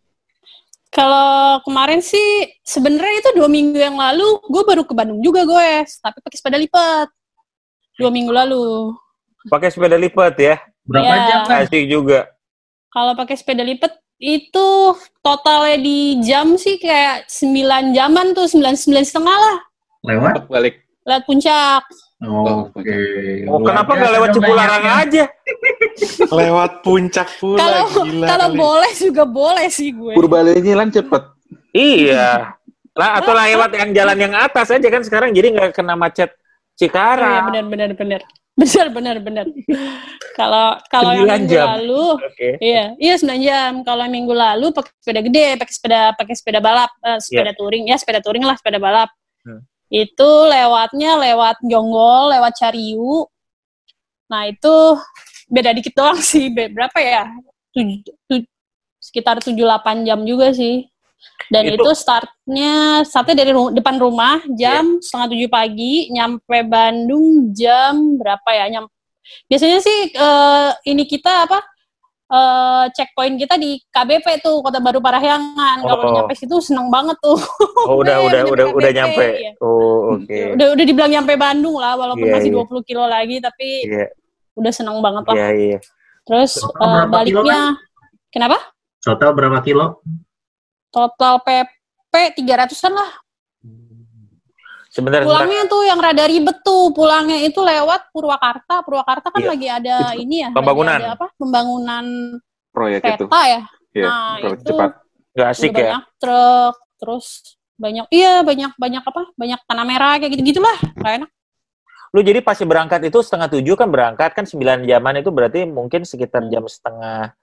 Kalau kemarin sih sebenarnya itu 2 minggu yang lalu gue baru ke Bandung juga gue, tapi pakai sepeda lipat. 2 minggu lalu. Pakai sepeda lipat ya? Berapa jam kan? Asik juga. Kalau pakai sepeda lipat itu totalnya di jam sih kayak 9 jaman tuh, 9,5 lah. Lewat? Lewat puncak. Oke. Kenapa nggak lewat Cipularang aja? Lewat puncak pula, gila. Kalau boleh juga boleh sih gue. Purbalenya Lan cepet. Iya. Atau lewat yang jalan yang atas aja kan sekarang, jadi nggak kena macet Cikarang. Iya, benar. Kalau yang minggu lalu, iya 9 jam. Kalau minggu lalu pakai sepeda gede, pakai sepeda balap, sepeda touring lah, sepeda balap. Itu lewatnya lewat Jonggol, lewat Cariu. Nah itu beda dikit doang sih, berapa ya? Sekitar 7-8 jam juga sih. Dan itu startnya dari depan rumah jam 6:30 pagi, nyampe Bandung jam berapa ya? Biasanya sih ini kita checkpoint kita di KBP tuh, Kota Baru Parahyangan. Kalau nyampe situ seneng banget tuh. Udah nyampe. Ya. Oke. Udah dibilang nyampe Bandung lah, walaupun masih 20 kilo lagi, tapi udah seneng banget lah. Iya. Terus baliknya, kenapa? Total berapa kilo? Total PP 300-an lah. Sebentar. Pulangnya tuh yang rada ribet tuh. Pulangnya itu lewat Purwakarta. Purwakarta kan lagi ada ini ya. Pembangunan. Lagi ada pembangunan proyek kereta itu. Ya. Iya, nah, itu cepat. Gak asik ya. Banyak truk, terus banyak banyak tanah merah kayak gitu-gitulah. Gak enak. Lu jadi pasti berangkat itu 6:30 kan berangkat kan 9 jaman itu berarti mungkin sekitar jam setengah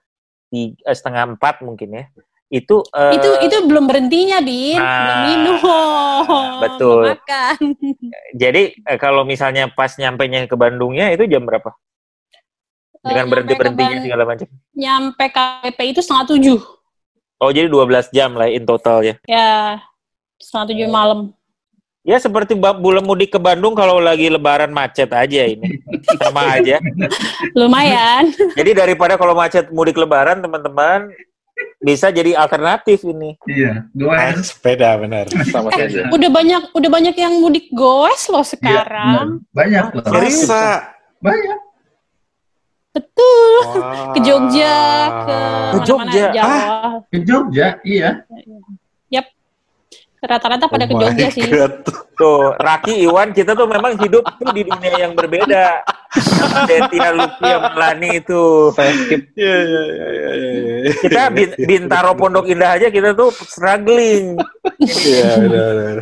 4 mungkin ya. Itu belum berhentinya, Bin. Belum minum. Betul. Belum makan. Jadi kalau misalnya pas nyampenya ke Bandungnya itu jam berapa? Dengan berhenti-berhentinya segala macam. Nyampe KBP itu 6:30. Oh, jadi 12 jam lah in total ya. Ya, 6:30 malam. Ya seperti bulan mudik ke Bandung kalau lagi lebaran macet aja ini. Sama aja. Lumayan. Jadi daripada kalau macet mudik lebaran, teman-teman bisa jadi alternatif ini. Iya, goes sepeda benar. Sama saja. Udah banyak yang mudik goes loh sekarang. Iya, banyak loh. Masa? Banyak. Betul. Wow. Ke Jogja, ke Jogja. Jawa. Ke Jogja, iya. Yap. Rata-rata pada ke Jogja sih. Tuh, Raki, Iwan, kita tuh memang hidup tuh di dunia yang berbeda. Dentina Lupia Melani itu. Iya. Kita Bintaro Pondok Indah aja kita tuh struggling. Iya, benar.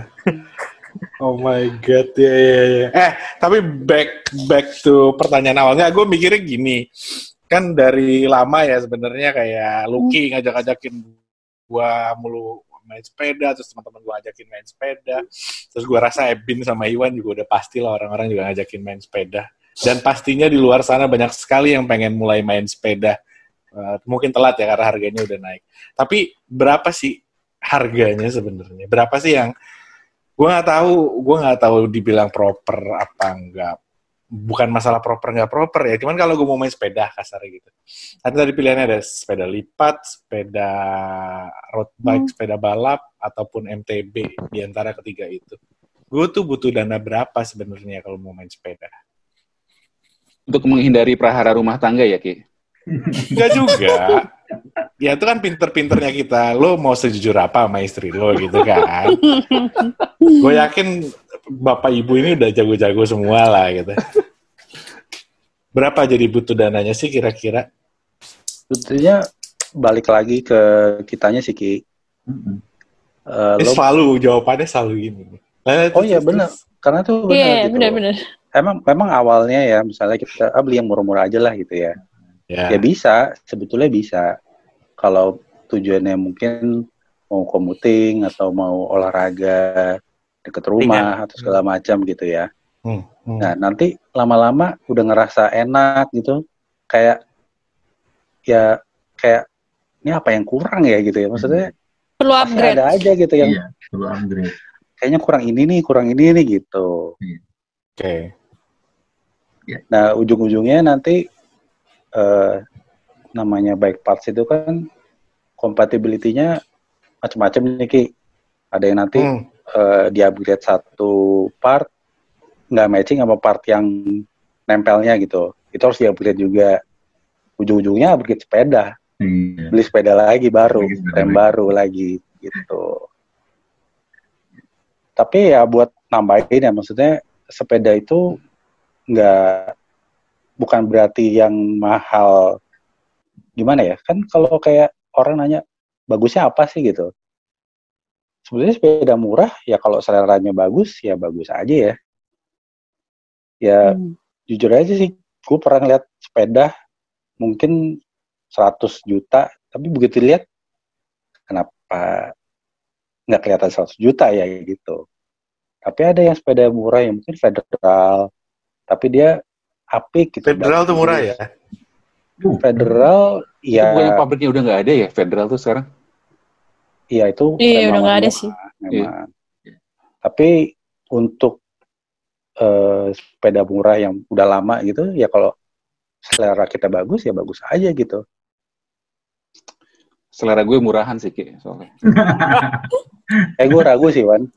Oh my god, ya. Tapi back to pertanyaan awalnya, gue mikirnya gini. Kan dari lama ya sebenarnya kayak Lucky ngajak-ngajakin gue mulu main sepeda, terus teman-teman gue ajakin main sepeda, terus gue rasa Ebin sama Iwan juga udah pasti lah orang-orang juga ngajakin main sepeda, dan pastinya di luar sana banyak sekali yang pengen mulai main sepeda, mungkin telat ya karena harganya udah naik, tapi berapa sih harganya sebenarnya, berapa sih yang gue nggak tahu dibilang proper apa enggak, bukan masalah proper nggak proper ya, cuman kalau gue mau main sepeda kasarnya gitu. Tadi pilihannya ada sepeda lipat, sepeda road bike, sepeda balap, ataupun MTB di antara ketiga itu. Gue tuh butuh dana berapa sebenarnya kalau mau main sepeda? Untuk menghindari prahara rumah tangga ya, Ki? Enggak juga. Ya itu kan pinter-pinternya kita. Lo mau sejujur apa sama istri lo gitu kan. Gue yakin bapak ibu ini udah jago-jago semua lah gitu. Berapa jadi butuh dananya sih kira-kira? Butuhnya balik lagi ke kitanya sih, Ki. Selalu jawabannya selalu gini. Oh iya benar. Karena tuh benar gitu. Iya, benar. Memang awalnya ya misalnya kita beli yang murah-murah aja lah gitu ya. Yeah. Ya bisa, sebetulnya bisa. Kalau tujuannya mungkin mau commuting atau mau olahraga deket rumah atau segala macam gitu ya. Nah nanti lama-lama udah ngerasa enak gitu, kayak ini apa yang kurang ya gitu ya. Maksudnya perlu upgrade. Ada aja gitu yang perlu upgrade. Kayaknya kurang ini nih gitu. Oke. Nah ujung-ujungnya nanti namanya bike parts itu kan compatibility-nya macam-macam nih, Ki. Ada yang nanti di-upgrade satu part nggak matching sama part yang nempelnya gitu. Itu harus di-upgrade juga. Ujung-ujungnya upgrade sepeda. Beli sepeda lagi baru, rem baru lagi gitu. Tapi ya buat nambahin ya, maksudnya sepeda itu bukan berarti yang mahal. Gimana ya? Kan kalau kayak orang nanya, bagusnya apa sih gitu? Sebenarnya sepeda murah, ya kalau seleranya bagus, ya bagus aja ya. Ya, jujur aja sih, gue pernah lihat sepeda mungkin 100 juta, tapi begitu lihat, kenapa nggak kelihatan 100 juta ya gitu. Tapi ada yang sepeda murah yang mungkin Federal, tapi dia apik gitu. Federal tuh murah ya? Federal, ya. Bukan yang pabriknya udah nggak ada ya, Federal tuh sekarang? Iya, itu. Iya, udah nggak ada sih. Memang. Tapi untuk sepeda murah yang udah lama gitu, ya kalau selera kita bagus, ya bagus aja gitu. Selera gue murahan sih, Ki, soalnya. Gue ragu sih, Wan.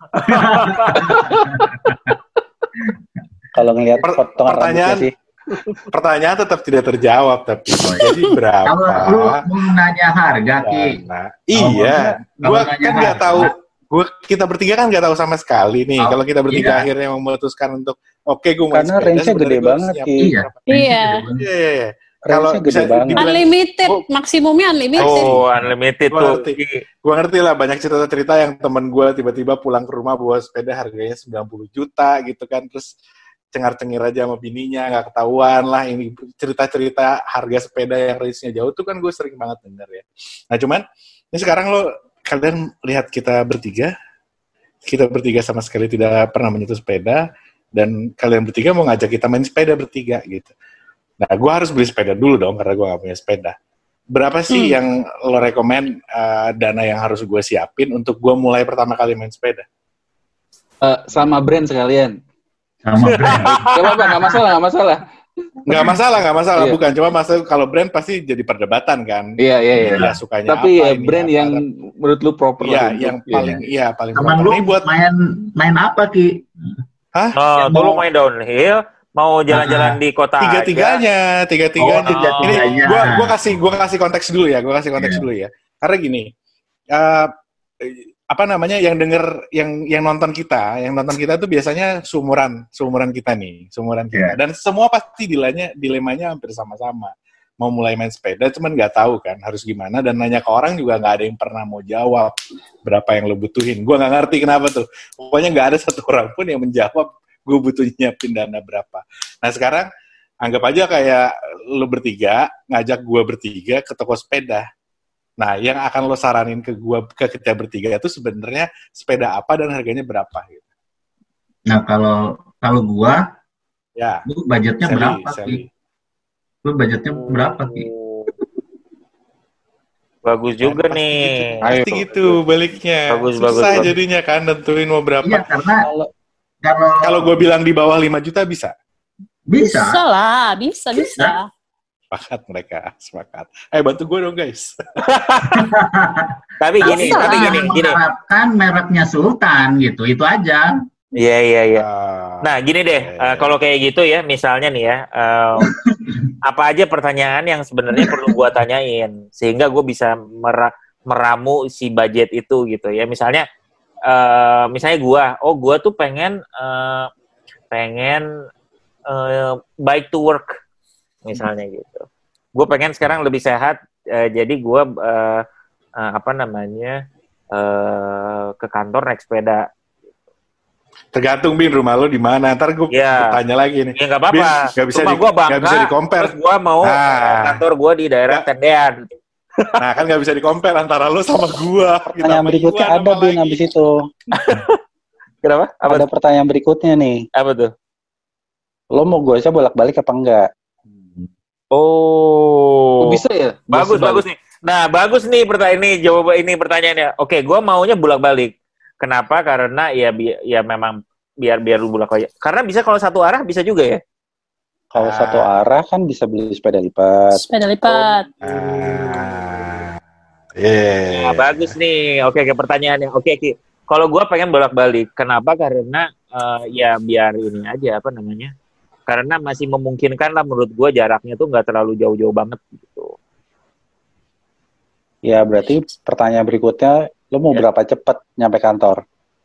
Kalau ngelihat potongan rambutnya sih. Pertanyaan tetap tidak terjawab, tapi jadi berapa? Kalau lu mau nanya harga, Ki. Iya, gue kan nggak tahu. Kita bertiga kan nggak tahu sama sekali nih. Kalau kita bertiga akhirnya memutuskan untuk gue mau karena range-nya gede banget, Ki. Iya. Kalau bisa unlimited, maksimumnya unlimited. Oh, unlimited tuh. Gue ngerti lah, banyak cerita-cerita yang temen gue tiba-tiba pulang ke rumah bawa sepeda harganya 90 juta gitu kan, terus cengar-cengir aja sama bininya, nggak ketahuan lah. Ini cerita-cerita harga sepeda yang range-nya jauh tuh kan gue sering banget denger ya. Nah cuman, ini sekarang kalian lihat kita bertiga sama sekali tidak pernah menyentuh sepeda, dan kalian bertiga mau ngajak kita main sepeda bertiga gitu. Nah, gue harus beli sepeda dulu dong, karena gue gak punya sepeda. Berapa sih yang lo rekomen dana yang harus gue siapin untuk gue mulai pertama kali main sepeda? Sama brand sekalian. Sama brand. Gak masalah. Nggak masalah. Iya. Bukan, cuma masalah kalau brand pasti jadi perdebatan kan. Iya. Ya, sukanya tapi apa, ya brand yang menurut lu proper. Iya, yang paling teman proper. Lu buat main apa, Ki? Hah? Tuh lu main downhill, mau jalan-jalan di kota tiga-tiganya. Ini gua kasih konteks dulu ya. Dulu ya. Karena gini, yang denger, yang nonton kita tuh biasanya seumuran kita nih, dan semua pasti dilemanya hampir sama-sama. Mau mulai main sepeda, cuman nggak tahu kan harus gimana, dan nanya ke orang juga nggak ada yang pernah mau jawab berapa yang lo butuhin. Gue nggak ngerti kenapa tuh. Pokoknya nggak ada satu orang pun yang menjawab gue butuh nyiapin dana berapa. Nah sekarang anggap aja kayak lo bertiga ngajak gue bertiga ke toko sepeda. Nah, yang akan lo saranin ke kita bertiga itu sebenarnya sepeda apa dan harganya berapa gitu. Nah, kalau gua lu budgetnya berapa, Ki? Lu budgetnya berapa, Ki? Bagus juga nih. Pasti gitu baliknya. Susah jadinya kan nentuin mau berapa. Iya, karena kalau gue bilang di bawah 5 juta bisa. Bisa. Bisa lah, bisa. Sepakat mereka, sepakat. Bantu gue dong guys. Tapi gini. Mengharapkan mereknya Sultan gitu, itu aja. Iya. Nah, gini deh, kalau kayak gitu ya, misalnya nih ya, apa aja pertanyaan yang sebenarnya perlu gua tanyain sehingga gue bisa meramu si budget itu gitu ya. Misalnya gua tuh pengen bike to work misalnya gitu. Gue pengen sekarang lebih sehat, jadi gue ke kantor naik sepeda. Tergantung Bin, rumah lo di mana. Ntar gue tanya lagi nih. Ya nggak apa-apa. Nggak bisa Bangka, di compare. Terus gue mau kantor gue di daerah Tendean. Nah kan nggak bisa di compare antara lo sama gue. Pertanyaan berikutnya ada Bin abis itu. Kenapa? Ada pertanyaan berikutnya nih. Apa tuh? Lo mau gue bolak-balik apa enggak? Oh, bisa ya? Bagus nih. Nah, bagus nih pertanyaannya. Oke, gue maunya bolak-balik. Kenapa? Karena ya memang biar lu bolak-balik. Karena bisa kalau satu arah bisa juga ya. Kalau satu arah kan bisa beli sepeda lipat. Nah, bagus nih. Oke, pertanyaannya. Oke. Kalau gue pengen bolak-balik. Kenapa? Karena ya biar ini aja karena masih memungkinkan lah menurut gue jaraknya tuh nggak terlalu jauh-jauh banget gitu. Ya berarti pertanyaan berikutnya, lo mau berapa cepat nyampe kantor?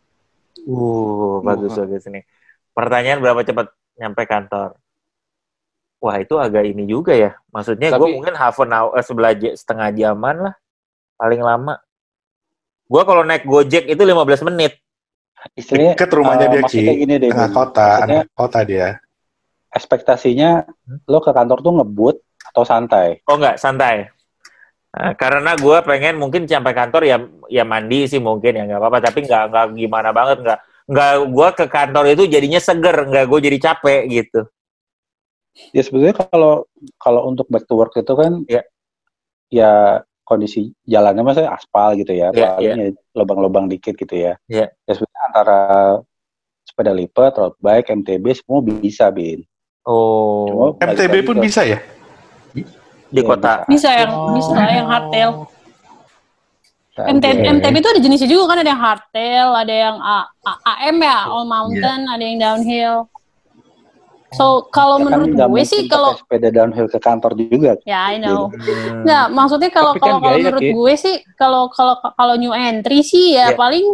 Bagus nih. Pertanyaan berapa cepat nyampe kantor? Wah itu agak ini juga ya. Maksudnya gue mungkin half an hour, setengah jaman lah paling lama. Gue kalau naik Gojek itu 15 menit. Istilahnya deket rumahnya dia Ki, gini deh, tengah kota dia. Ekspektasinya lo ke kantor tuh ngebut atau santai? Oh enggak, santai. Karena gue pengen mungkin sampai kantor ya mandi sih mungkin ya nggak apa-apa, tapi nggak gimana banget, nggak gue ke kantor itu jadinya seger, nggak gue jadi capek gitu. Ya sebetulnya kalau untuk back to work itu kan ya kondisi jalannya maksudnya aspal gitu ya, paling ya lubang-lubang dikit gitu ya. Ya sebetulnya antara sepeda lipat, road bike, MTB semua bisa Bin. Oh, MTB pun bisa ya? Di kota. Bisa yang hardtail. MTB itu ada jenisnya juga kan, ada yang hardtail, ada yang AM ya, all mountain, ada yang downhill. So kalau menurut gue sih kalau sepeda downhill ke kantor juga. Ya, I know. Nggak, maksudnya kalau menurut gue sih kalau new entry sih ya paling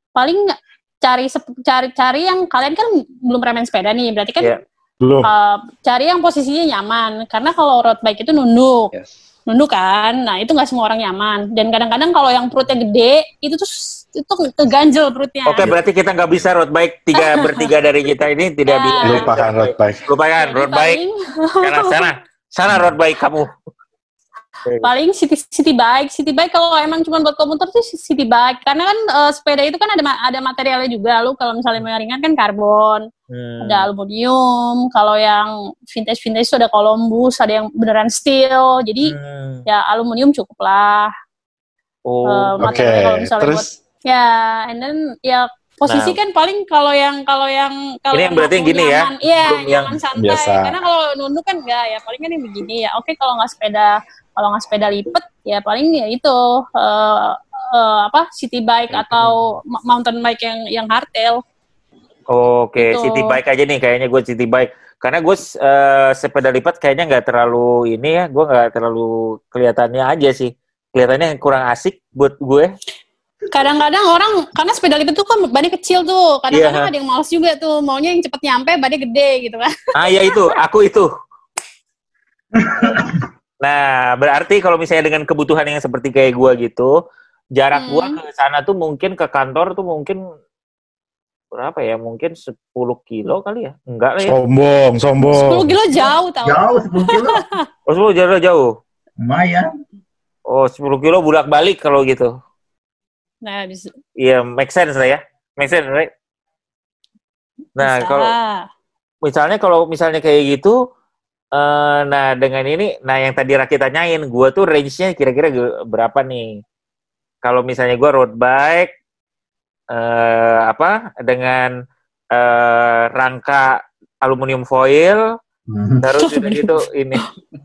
cari yang kalian kan belum pernah main sepeda nih, berarti kan belum. Cari yang posisinya nyaman, karena kalau road bike itu nunduk kan, nah itu nggak semua orang nyaman, dan kadang-kadang kalau yang perutnya gede itu keganjel perutnya. Oke, berarti kita nggak bisa road bike, bertiga dari kita ini tidak bisa. Lupakan road bike. Sana road bike kamu. Paling city bike kalau emang cuma buat komuter tuh city bike, karena kan sepeda itu kan ada materialnya juga. Lu kalau misalnya mau yang ringan kan karbon, ada aluminium. Kalau yang vintage itu ada Columbus, ada yang beneran steel. Jadi ya aluminium cukup lah. Materialnya kalau misalnya buat and then posisi kan paling kalau yang ini yang berarti yang gini nyaman, nyaman santai. Biasa. Karena kalau nunduk kan enggak ya, paling kan yang begini ya. Oke, kalau nggak sepeda lipat ya paling ya itu city bike atau mountain bike yang hardtail. Oke, city bike aja nih kayaknya gue city bike. Karena gue sepeda lipat kayaknya nggak terlalu ini ya, gue nggak terlalu kelihatannya aja sih. Kelihatannya kurang asik buat gue. Kadang-kadang orang, karena sepeda lipat tuh kan bannya kecil tuh, kadang-kadang ada yang males juga tuh, maunya yang cepet nyampe, bannya gede gitu kan. Ya itu, aku itu. Nah, berarti kalau misalnya dengan kebutuhan yang seperti kayak gue gitu, jarak gue ke sana tuh mungkin ke kantor tuh mungkin berapa ya? Mungkin 10 kilo kali ya? Enggak lah ya. Sombong. 10 kilo jauh tau. Jauh 10 kilo. Oh, 10 kilo jauh? Lumayan. Oh, 10 kilo bolak-balik kalau gitu. Nah, bisa. Iya, make sense lah ya. Make sense, right? Nah, kalau misalnya kayak gitu, nah dengan ini, yang tadi Raki tanyain, gue tuh range-nya kira-kira berapa nih? Kalau misalnya gue road bike, dengan rangka aluminium foil, Terus udah gitu ini.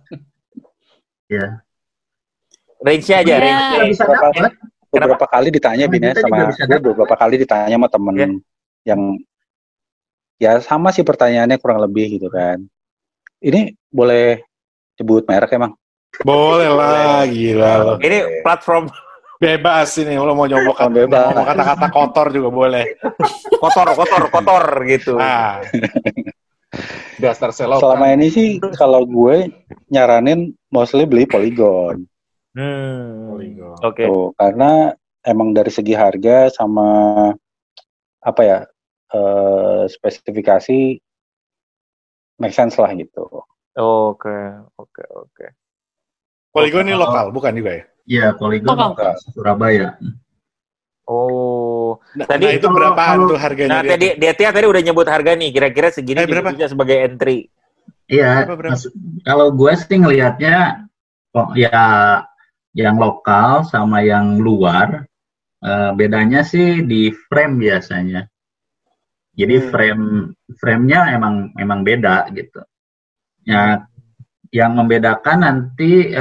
Ya. Range-nya aja, range-nya. Bisa dapat. Beberapa kali ditanya Bina sama gue, beberapa kali ditanya sama temen yang ya sama sih pertanyaannya kurang lebih gitu kan. Ini boleh sebut merek emang? Boleh lah, gila. Ini platform bebas ini, lo mau nyobok bebas. mau kata-kata kotor juga boleh. kotor gitu. Nah. Dasar selokan. Selama ini sih kalau gue nyaranin mostly beli Polygon. Oke. Tuh, karena emang dari segi harga sama apa ya spesifikasi make sense lah gitu. Oke. Polygon ini lokal, bukan juga ya? Iya, Polygon lokal Surabaya. Oh, tadi itu berapaan tuh harganya? Nah, dia tadi udah nyebut harga nih, kira-kira segini berapa sebagai entry? Iya, kalau gue sih ngelihatnya ya yang lokal sama yang luar bedanya sih di frame biasanya. Jadi frame-nya emang beda gitu. Ya, yang membedakan nanti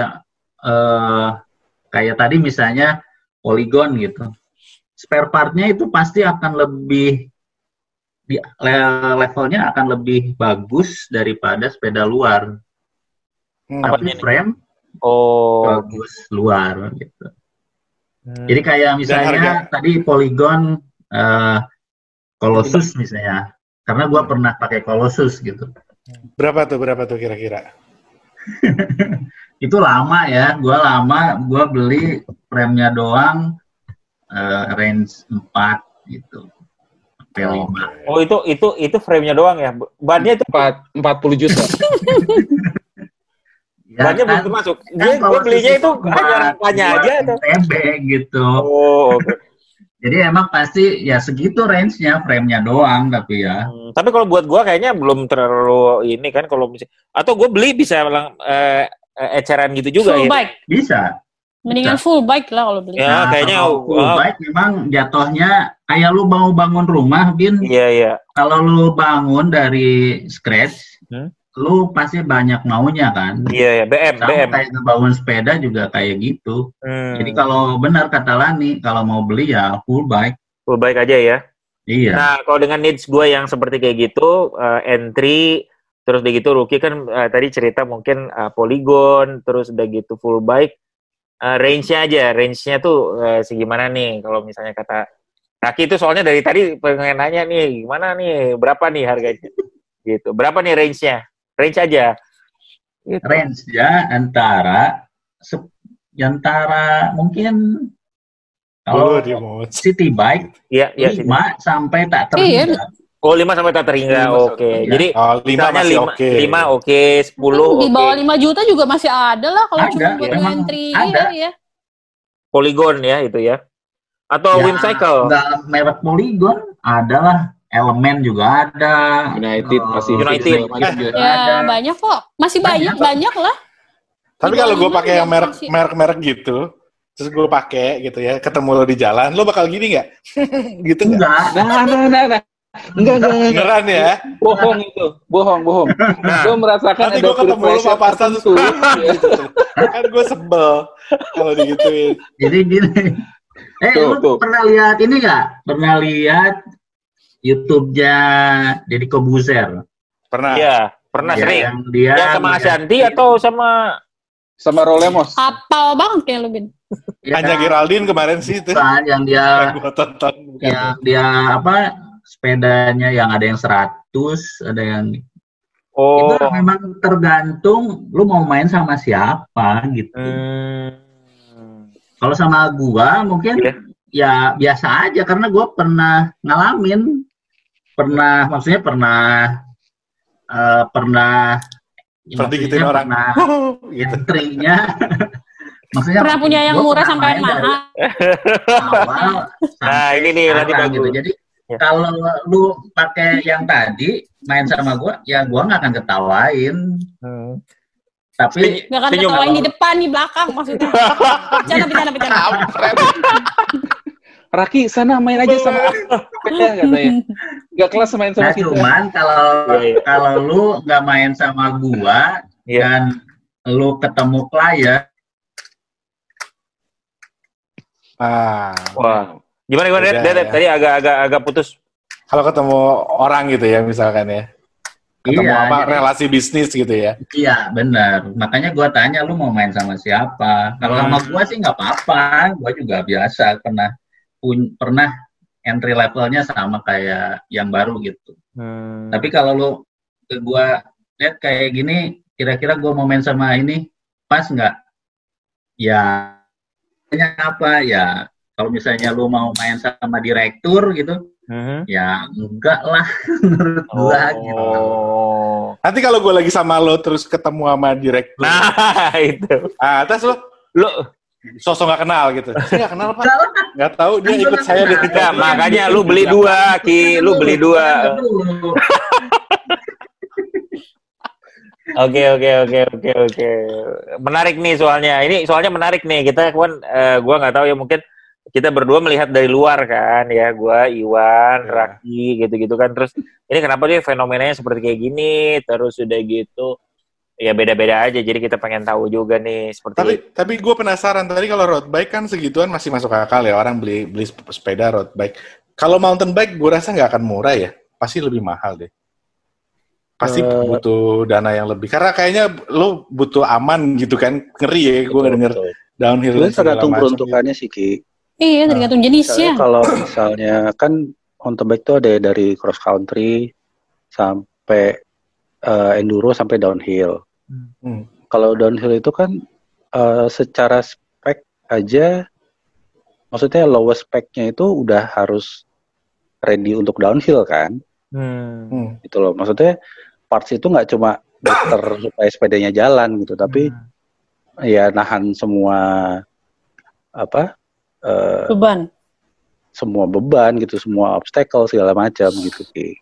kayak tadi misalnya Polygon gitu. Spare part-nya itu pasti akan lebih levelnya akan lebih bagus daripada sepeda luar. Tapi frame bagus luar gitu. Jadi kayak misalnya tadi Polygon Colossus misalnya, karena gue pernah pakai Colossus gitu. Berapa tuh kira-kira? Itu lama ya, gue beli frame-nya doang range 4 gitu. Sampai 5. Oh, itu frame-nya doang ya. Bannya itu 40 juta. Ya, bannya belum termasuk. Gue belinya itu hanya rangkanya aja tuh. TB gitu. Oh, oke. Jadi emang pasti ya segitu range-nya, frame-nya doang tapi ya. Tapi kalau buat gue kayaknya belum terlalu ini kan kalau misalnya, atau gue beli bisa eceran gitu juga full ya. bike. Bisa. Mendingan full bike lah kalau beli. Ya, kayaknya full bike memang jatuhnya kayak lu mau bangun rumah, Bin. Iya. Kalau lu bangun dari scratch, lu pasti banyak maunya kan. Iya, BM. Kayak ngebangun sepeda juga kayak gitu. Jadi kalau benar kata Lani, kalau mau beli ya full bike. Full bike aja ya. Iya. Nah, kalau dengan needs gue yang seperti kayak gitu, entry, terus udah gitu Ruki kan tadi cerita mungkin Polygon, terus udah gitu full bike, range-nya tuh segimana nih kalau misalnya kata Raki itu soalnya dari tadi pengen nanya nih, gimana nih, berapa nih harganya? Gitu. Berapa nih range-nya? Range aja. Gitu. Range-nya antara mungkin kalau city bike, 5 sampai tak terhingga. Oh, 5 sampai tak terhingga, oke. Jadi, 5 masih oke. 5 oke, 10 di bawah 5 juta juga masih ada lah kalau cuma buat entry. Ada. Ya. Polygon ya, itu ya. Atau ya, Whimsicle? Enggak merek Polygon, ada lah. Elemen juga ada. United. Ya, banyak kok. Masih banyak lah. Tapi kalau gue pakai yang merek gitu, terus gue pakai gitu ya, ketemu lo di jalan, lo bakal gini nggak? Gitu nggak? Nah. Enggak. Beneran ya? Bohong itu. Bohong. Gue merasakan nanti gue ketemu lo papasan tuh. Kan gue sebel kalau digituin. Jadi gini. Lu pernah lihat ini nggak? Pernah lihat YouTube-nya Deddy Kobuzer? Pernah. Iya, pernah sering. Yang sama Ashanti atau sama Rolemos? Apal banget kayak lu, Bin. Hanya Geraldine kemarin sih itu. Yang dia sepedanya yang ada yang 100, ada yang itu memang tergantung lu mau main sama siapa gitu. Kalau sama gua mungkin ya biasa aja karena gua pernah ngalamin, pernah gituin orang. Entry-nya maksudnya pernah punya yang murah sampai mahal. Nah, ini nih nanti bagus. Gitu. Jadi kalau lu pakai yang tadi main sama gua, ya gua nggak akan ketawain. Tapi nggak akan ketawain di depan, di belakang maksudnya. Bercanda. Raki, sana main aja sama sepeda katanya. nggak kelas main sama kita. Cuman kalau lu nggak main sama gua dan lu ketemu klien. Wah. Gimana tadi agak putus. Kalau ketemu orang gitu ya misalkan ya. Ketemu relasi bisnis gitu ya. Iya, benar. Makanya gua tanya lu mau main sama siapa. Kalau sama gua sih nggak apa-apa. Gua juga biasa pernah entry levelnya sama kayak yang baru gitu. Tapi kalau lu ke gua lihat kayak gini, kira-kira gua mau main sama ini pas nggak? Ya, apa ya? Kalau misalnya lu mau main sama direktur gitu, ya enggak lah menurut gua gitu. Nanti kalau gue lagi sama lo terus ketemu sama direktur. Nah, itu. Terus lo sosok nggak kenal gitu. Saya nggak kenal, Pak. Nggak tahu dia ikut saya dari Nah, makanya lu beli 2, Ki. Lu beli 2. Oke. Menarik nih soalnya. Ini soalnya menarik nih. Kita kan gua nggak tahu ya, mungkin kita berdua melihat dari luar kan ya, gua, Iwan, Raki gitu-gitu kan. Terus ini kenapa dia fenomenanya seperti kayak gini, terus udah gitu ya beda-beda aja. Jadi kita pengen tahu juga nih seperti Tapi gue penasaran tadi kalau road bike kan segituan masih masuk akal ya, orang beli sepeda road bike. Kalau mountain bike gue rasa nggak akan murah ya, pasti lebih mahal deh. Pasti butuh dana yang lebih. Karena kayaknya lo butuh aman gitu kan, ngeri ya gue denger downhill. Itu tergantung peruntukannya sih, Ki. Iya, tergantung jenisnya. Kalau misalnya kan mountain bike itu ada dari cross country sampai enduro sampai downhill. Kalau downhill itu kan secara spek aja, maksudnya lowest speknya itu udah harus ready untuk downhill kan? Gitu loh. Maksudnya parts itu nggak cuma booster supaya sepedanya jalan gitu, tapi ya nahan semua beban. Semua beban gitu, semua obstacle segala macam gitu sih.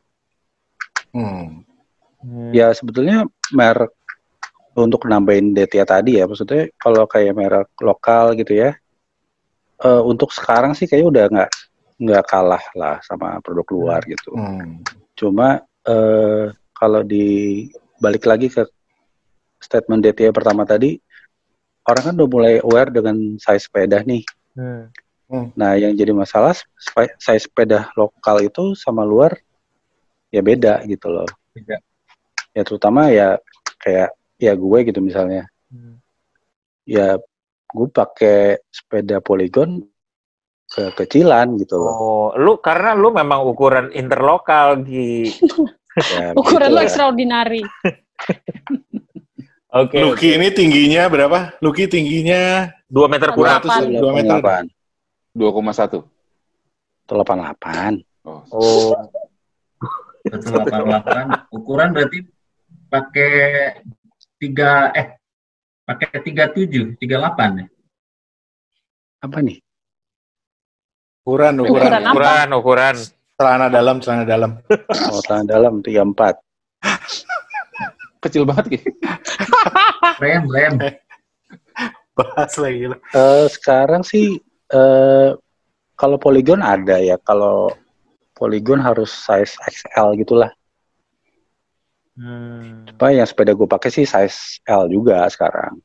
Ya sebetulnya merek untuk nambahin DTA tadi ya, maksudnya kalau kayak merek lokal gitu ya, untuk sekarang sih kayaknya udah nggak kalah lah sama produk luar gitu. Cuma kalau balik lagi ke statement DTA pertama tadi, orang kan udah mulai aware dengan size sepeda nih. Nah, yang jadi masalah size sepeda lokal itu sama luar ya beda gitu loh. Beda. Ya terutama ya kayak ya gue gitu misalnya. Ya gue pakai sepeda Polygon kekecilan gitu loh. Oh, karena lu memang ukuran interlokal gitu. Ya, ukuran lu extraordinary. Oke. Lucky ini tingginya berapa? Lucky tingginya 2 meter kurang. 2 meter. 2,1. 88. Oh. 188. Ukuran berarti pakai 37, 38 ya. Apa nih? Ukuran. Celana dalam. Oh, celana dalam 34. Kecil banget gitu. Rem. Bahas lagi lah. Sekarang sih kalau Polygon ada ya. Kalau Polygon harus size XL gitulah. Cuma yang sepeda gue pakai sih size L juga sekarang.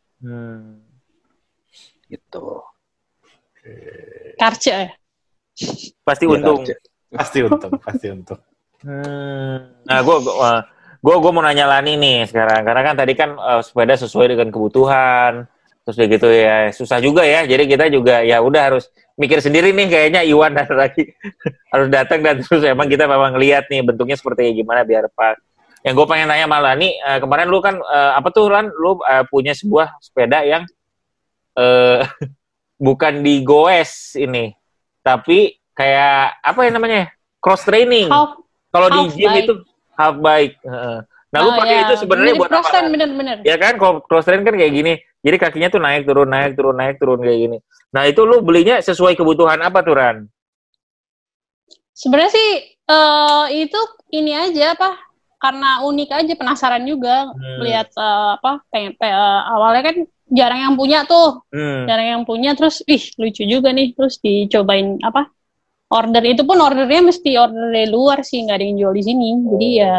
Gitu. Karce ya? Pasti untung. Pasti untung. Nah, gue mau nanya Lani nih sekarang, karena kan tadi kan sepeda sesuai dengan kebutuhan, terus kayak gitu ya, susah juga ya. Jadi kita juga ya udah harus mikir sendiri nih, kayaknya Iwan dan lagi harus datang dan terus emang kita memang lihat nih bentuknya seperti gimana biar pas. Yang gue pengen tanya sama Lani, kemarin lu kan apa tuh Lan, lu punya sebuah sepeda yang bukan di goes ini, tapi kayak apa ya namanya, cross training. Kalau di gym bike. Itu half bike. Nah, lu pakai itu sebenarnya buat apa? Bener. Ya kan, kalau cross train kan kayak gini. Jadi kakinya tuh naik turun kayak gini. Nah, itu lu belinya sesuai kebutuhan apa tuh, Ran? Sebenarnya sih itu ini aja karena unik aja, penasaran juga melihat awalnya kan jarang yang punya tuh. Jarang yang punya, terus lucu juga nih, terus dicobain order itu pun ordernya mesti order dari luar sih, nggak ada yang jual di sini. Jadi ya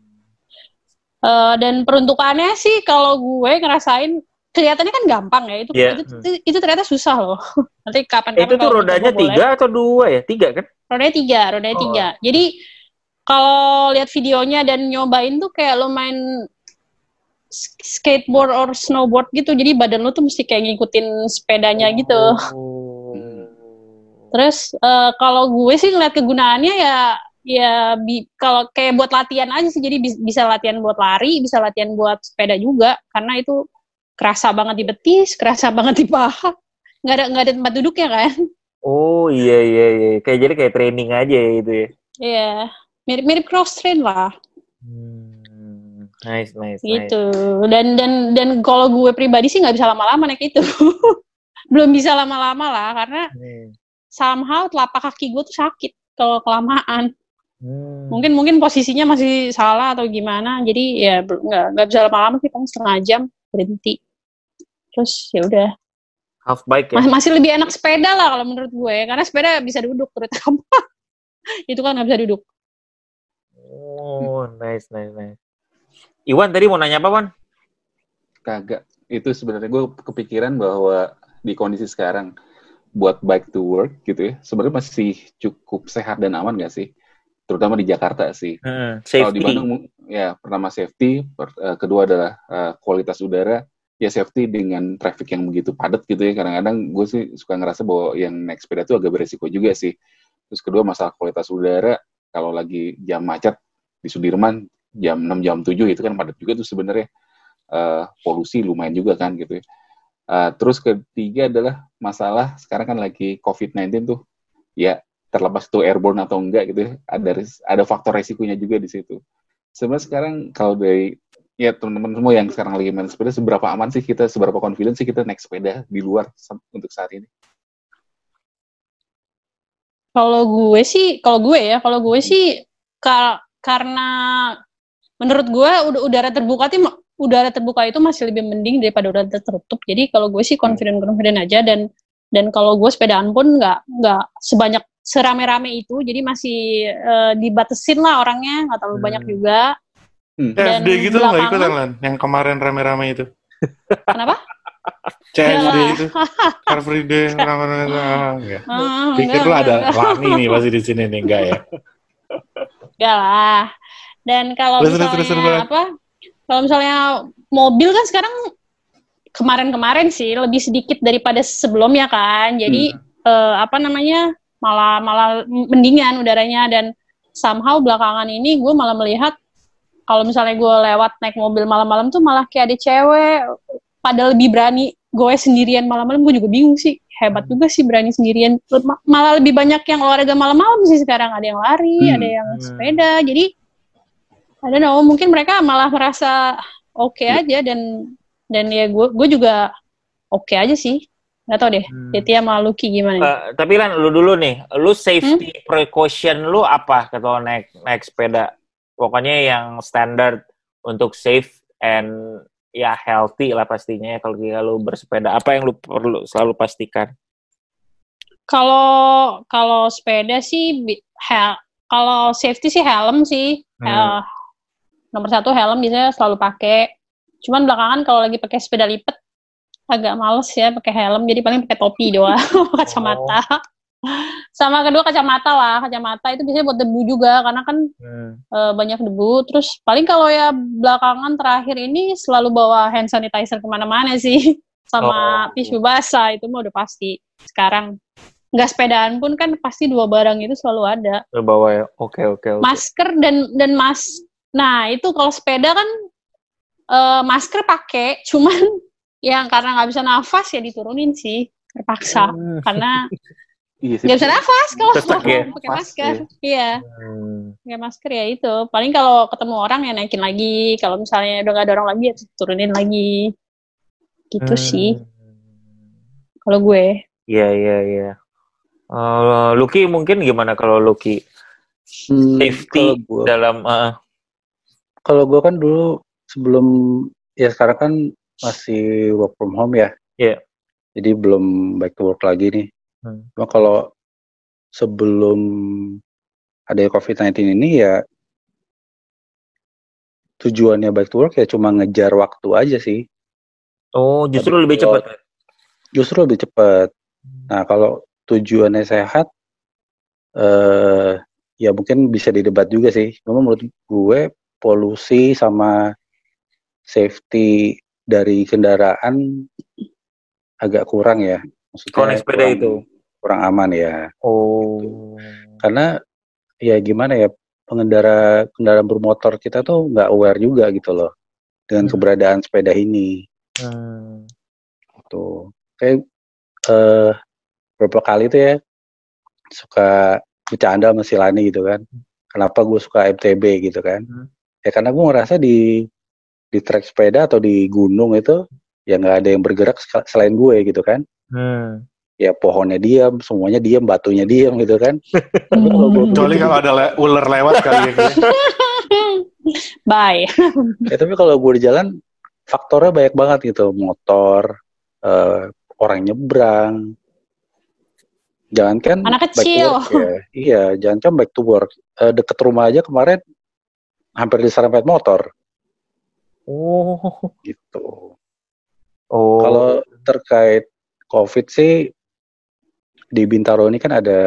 dan peruntukannya sih kalau gue ngerasain kelihatannya kan gampang ya, itu ternyata susah loh. Nanti kapan-kapan itu tuh rodanya 3 atau 2 ya? 3 kan? Rodanya 3. Jadi kalau lihat videonya dan nyobain tuh kayak lo main skateboard or snowboard gitu, jadi badan lo tuh mesti kayak ngikutin sepedanya gitu. Terus kalau gue sih ngeliat kegunaannya kalau kayak buat latihan aja sih, jadi bisa latihan buat lari, bisa latihan buat sepeda juga, karena itu kerasa banget di betis, kerasa banget di paha, nggak ada tempat duduknya kan. Oh iya, kayak training aja ya itu ya. Iya, mirip cross train lah. Nice. Gitu. Dan kalau gue pribadi sih nggak bisa lama-lama naik itu. Belum bisa lama-lama lah, karena somehow telapak kaki gue tuh sakit kalau kelamaan. Mungkin posisinya masih salah atau gimana, jadi ya nggak bisa lama-lama sih, paling setengah jam berhenti. Terus ya udah. Half bike ya. Masih lebih enak sepeda lah kalau menurut gue, karena sepeda bisa duduk terutama. Itu kan nggak bisa duduk. Oh, nice. Iwan tadi mau nanya apa, Wan? Kagak. Itu sebenarnya gue kepikiran bahwa di kondisi sekarang buat bike to work gitu ya, sebenarnya masih cukup sehat dan aman nggak sih? Terutama di Jakarta sih. Kalau di Bandung ya pertama safety, kedua adalah kualitas udara. Ya safety dengan traffic yang begitu padat gitu ya. Kadang-kadang gue sih suka ngerasa bahwa yang naik sepeda itu agak beresiko juga sih. Terus kedua masalah kualitas udara, kalau lagi jam macet di Sudirman jam 6, jam 7 itu kan padat juga tuh sebenarnya. Polusi lumayan juga kan gitu ya. Terus ketiga adalah masalah sekarang kan lagi COVID-19 tuh. Ya terlepas itu airborne atau enggak gitu ya, ada faktor resikonya juga di situ. Sebenarnya sekarang kalau dari ya teman-teman semua yang sekarang lagi main sepeda, seberapa aman sih kita, seberapa confident sih kita naik sepeda di luar untuk saat ini? Kalau gue sih karena menurut gue udara terbuka itu masih lebih mending daripada udara tertutup. Jadi kalau gue sih confident aja, dan kalau gue sepedaan pun nggak serame-rame itu, jadi masih dibatesin lah orangnya, nggak terlalu banyak juga. CFD gitu nggak ikutan Lan, yang kemarin rame-rame itu. Kenapa? CFD itu, Car Free Day, rame-rame. Pikir lu ada Lani nih pasti di sini nih, enggak ya? Enggak lah. Dan kalau misalnya mobil kan sekarang kemarin sih lebih sedikit daripada sebelumnya kan, jadi malah mendingan udaranya. Dan somehow belakangan ini gue malah melihat kalau misalnya gue lewat naik mobil malam-malam tuh malah kayak ada cewek pada lebih berani gue sendirian malam-malam. Gue juga bingung sih, hebat juga sih berani sendirian. Malah lebih banyak yang olahraga malam-malam sih sekarang, ada yang lari, ada yang sepeda. Jadi I don't know, mungkin mereka malah merasa oke aja, dan ya gue juga oke aja sih. Nggak tau deh, Titia sama Lucky gimana? Tapi Lan, lu dulu nih, lu safety precaution lu apa kalau naik sepeda? Pokoknya yang standar untuk safe and ya healthy lah pastinya ya kalau lu bersepeda. Apa yang lu perlu selalu pastikan? Kalau sepeda sih, kalau safety sih helm sih. Nomor 1 helm biasanya selalu pakai. Cuman belakangan kalau lagi pakai sepeda lipat agak males ya pakai helm, jadi paling pakai topi doang, kacamata. Sama kedua kacamata itu biasanya buat debu juga, karena kan banyak debu. Terus paling kalau ya belakangan terakhir ini selalu bawa hand sanitizer kemana-mana sih, sama tisu basah, itu mah udah pasti. Sekarang nggak sepedaan pun kan pasti 2 barang itu selalu ada. Bawa ya, oke. Masker dan nah itu kalau sepeda kan masker pakai, cuman yang karena nggak bisa nafas ya diturunin sih, terpaksa. Karena nggak bisa nafas kalau pakai masker. Iya. Pakai masker ya itu. Paling kalau ketemu orang ya naikin lagi. Kalau misalnya udah nggak ada orang lagi ya turunin lagi. Gitu sih. Kalau gue. Iya. Lucky mungkin gimana kalau Lucky? Safety dalam... Kalau gue kan dulu sebelum, ya sekarang kan masih work from home ya. Iya. Jadi belum back to work lagi nih. Cuma kalau sebelum ada COVID-19 ini ya tujuannya back to work ya cuma ngejar waktu aja sih. Oh, justru lebih cepat. Justru lebih cepat. Nah, kalau tujuannya sehat, ya mungkin bisa didebat juga sih. Cuma menurut gue polusi sama safety dari kendaraan agak kurang ya. Maksudnya Kalau naik sepeda itu kurang aman ya. Oh. Karena ya gimana ya, kendaraan bermotor kita tuh nggak aware juga gitu loh dengan keberadaan sepeda ini. Tuh kayak beberapa kali tuh ya suka bercanda sama Silani gitu kan, kenapa gue suka MTB gitu kan. Ya karena gue ngerasa di trek sepeda atau di gunung itu ya nggak ada yang bergerak selain gue gitu kan. Ya pohonnya diam, semuanya diam, batunya diam gitu kan. Kecuali kalau ada ular lewat kali ya. Bye. Ya tapi kalau gue di jalan faktornya banyak banget gitu, motor, orang nyebrang. Jangankan anak kecil. Back to work, ya. Iya, jangankan back to work. Deket rumah aja kemarin hampir diserempet motor. Oh. Gitu. Oh. Kalau terkait COVID sih di Bintaro ini kan ada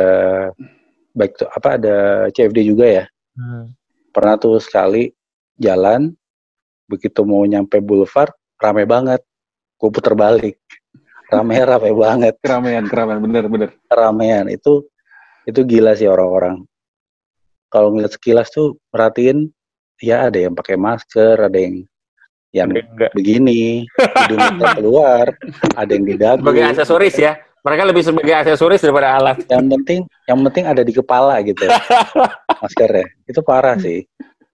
ada CFD juga ya. Pernah tuh sekali jalan, begitu mau nyampe Boulevard rame banget, gue puter balik, rame banget. Keramaian, bener. Keramaian itu gila sih orang-orang. Kalau ngeliat sekilas tuh perhatiin, ya ada yang pakai masker, ada yang begini, hidungnya keluar, ada yang di dagu. Sebagai aksesoris ya. Mereka lebih sebagai aksesoris daripada alat. Yang penting ada di kepala gitu. Maskernya. Itu parah sih.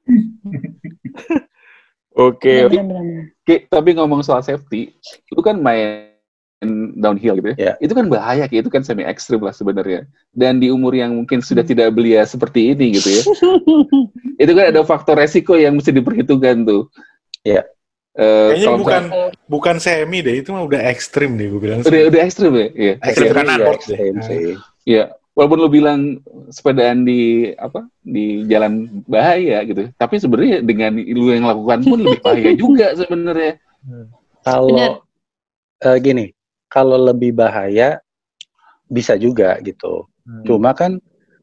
Oke. Tapi ngomong soal safety, itu kan main downhill gitu ya. Itu kan bahaya, itu kan semi ekstrim lah sebenarnya. Dan di umur yang mungkin sudah tidak belia seperti ini gitu ya. Itu kan ada faktor resiko yang mesti diperhitungkan tuh. Ya. Kayaknya bukan semi deh, itu mah udah ekstrim deh gue bilang. Udah ekstrim ya? Iya. Ekstrim kanan sih. Iya. Walaupun lo bilang sepedaan di jalan bahaya gitu, tapi sebenarnya dengan lu yang lakukan pun lebih bahaya juga sebenarnya. Kalau gini, kalau lebih bahaya bisa juga gitu. Cuma kan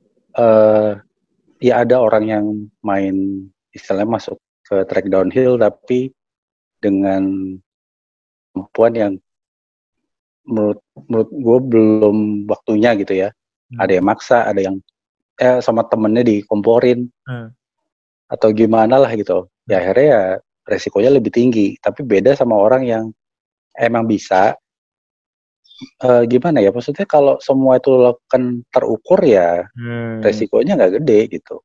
ya ada orang yang main istilahnya masuk ke track downhill tapi dengan kemampuan yang menurut gue belum waktunya gitu ya. Ada yang maksa, ada yang sama temennya dikomporin atau gimana lah gitu. Ya akhirnya ya resikonya lebih tinggi. Tapi beda sama orang yang emang bisa. Gimana ya, maksudnya kalau semua itu kan terukur ya resikonya nggak gede gitu.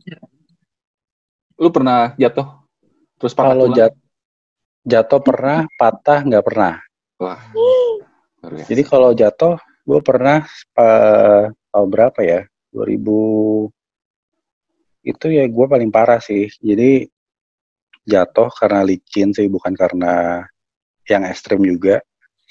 Lu pernah jatuh terus patah tulang? Kalau jatuh pernah, patah nggak pernah. Wah. Jadi kalau jatuh, gue pernah tahun berapa ya? 2000 itu ya gue paling parah sih. Jadi jatuh karena licin sih, bukan karena yang ekstrim juga.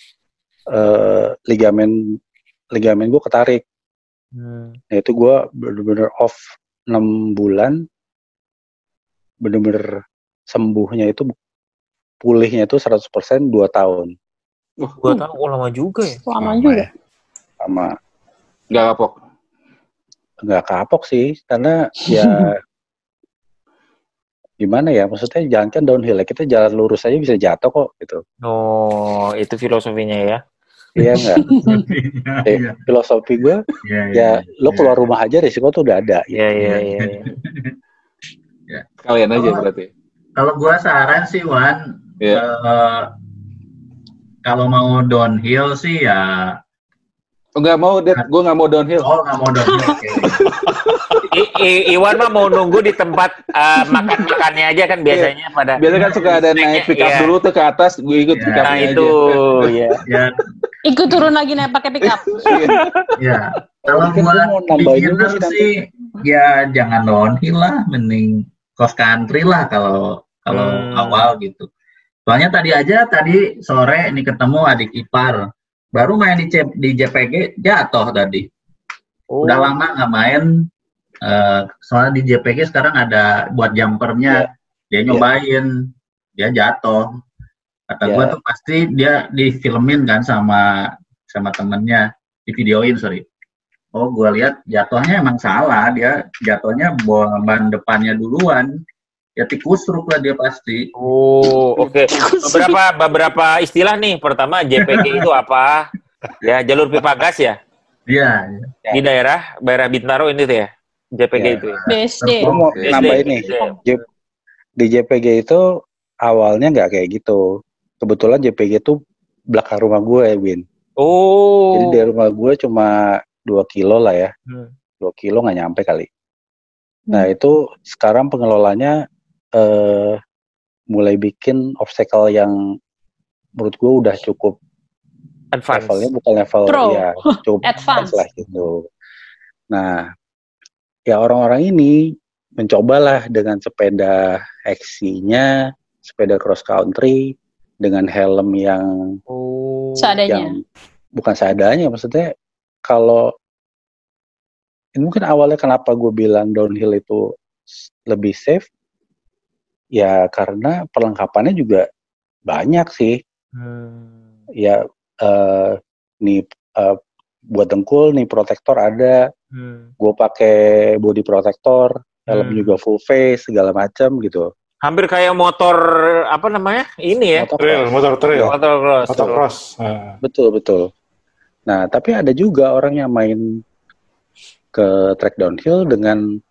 Ligamen gue ketarik. Nah itu gue bener-bener off 6 bulan. Bener-bener sembuhnya itu, pulihnya itu 100% 2 tahun. 2 tahun, lama juga ya? Lama juga. Lama. Nggak kapok sih, karena ya gimana ya, maksudnya jangan kan downhill ya, kita jalan lurus aja bisa jatuh kok gitu. Oh, itu filosofinya ya? Iya nggak? Filosofi gue, lo keluar rumah aja resiko tuh udah ada. Iya. Kalian aja berarti. Kalau gue saran sih Wan, kalau mau downhill sih ya. Gue nggak mau downhill. Oh nggak mau downhill. Iwan mah mau nunggu di tempat makan-makannya aja kan biasanya pada. Biasanya kan suka ada naik pick up dulu tuh ke atas, gue ikut pick up-nya aja. Itu ya. Ikut turun lagi naik pakai pick up. Ya. Kalau buat beginner sih ya jangan downhill lah, mending cross country lah kalau awal gitu. Soalnya tadi sore ini ketemu adik ipar, baru main di JPG jatuh tadi. Udah lama nggak main. Soalnya di JPG sekarang ada buat jumpernya. Dia nyobain, dia jatuh. Kata gue tuh pasti dia difilmin kan sama temennya, di videoin Oh, gue lihat jatuhnya emang salah, dia jatuhnya ban depannya duluan. Ya tikusruk lah dia pasti. Oh, oke. Beberapa istilah nih. Pertama, JPG itu apa? Ya, jalur pipa gas ya? Iya. Di daerah Bintaro ini tuh ya? JPG itu ya? BSD. Gue mau nambahin nih. Di JPG itu awalnya nggak kayak gitu. Kebetulan JPG itu belakang rumah gue ya, Win. Oh. Jadi dari rumah gue cuma 2 kilo lah ya. 2 kilo nggak nyampe kali. Nah itu sekarang pengelolanya mulai bikin obstacle yang menurut gue udah cukup advance. Levelnya bukan level ya cukup advance lah gitu. Nah ya orang-orang ini mencobalah dengan sepeda XC-nya, sepeda cross country dengan helm yang seadanya. Bukan seadanya, maksudnya kalau ini mungkin awalnya kenapa gue bilang downhill itu lebih safe, ya karena perlengkapannya juga banyak sih. Ya nih buat dengkul nih protektor ada, gue pakai body protector, helm juga full face segala macam gitu. Hampir kayak motor apa namanya ini ya? Motor trail. Motor cross. Betul. Nah tapi ada juga orang yang main ke track downhill dengan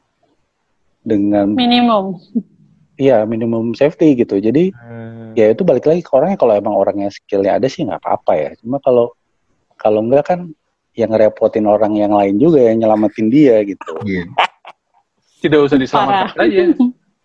minimum. Iya minimum safety gitu. Jadi ya itu balik lagi ke orangnya. Kalau emang orangnya skillnya ada sih nggak apa-apa ya. Cuma kalau enggak kan yang ngerepotin orang yang lain juga yang nyelamatin dia gitu. Tidak usah diselamatkan aja.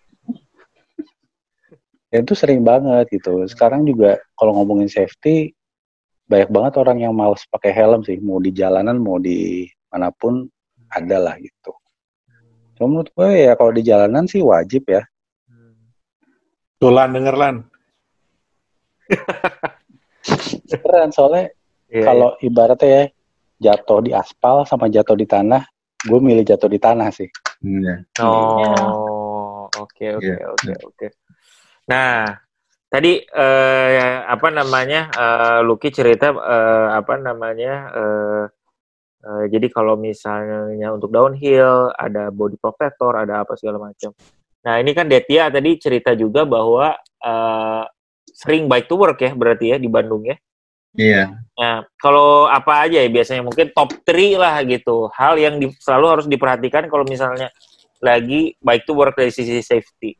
Ya itu sering banget gitu. Sekarang juga kalau ngomongin safety, banyak banget orang yang malas pakai helm sih. Mau di jalanan, mau di manapun, ada lah gitu. Cuma menurut gue ya kalau di jalanan sih wajib ya. Tuh Lan, denger Lan. Keren soalnya kalau ibaratnya ya jatuh di aspal sama jatuh di tanah, gue milih jatuh di tanah sih. Oke. Nah, tadi Lucky cerita jadi kalau misalnya untuk downhill ada body protector, ada apa segala macam. Nah, ini kan Detia tadi cerita juga bahwa sering bike to work ya berarti ya di Bandung ya. Iya. Nah, kalau apa aja ya biasanya mungkin top 3 lah gitu. Hal yang selalu harus diperhatikan kalau misalnya lagi bike to work dari sisi safety.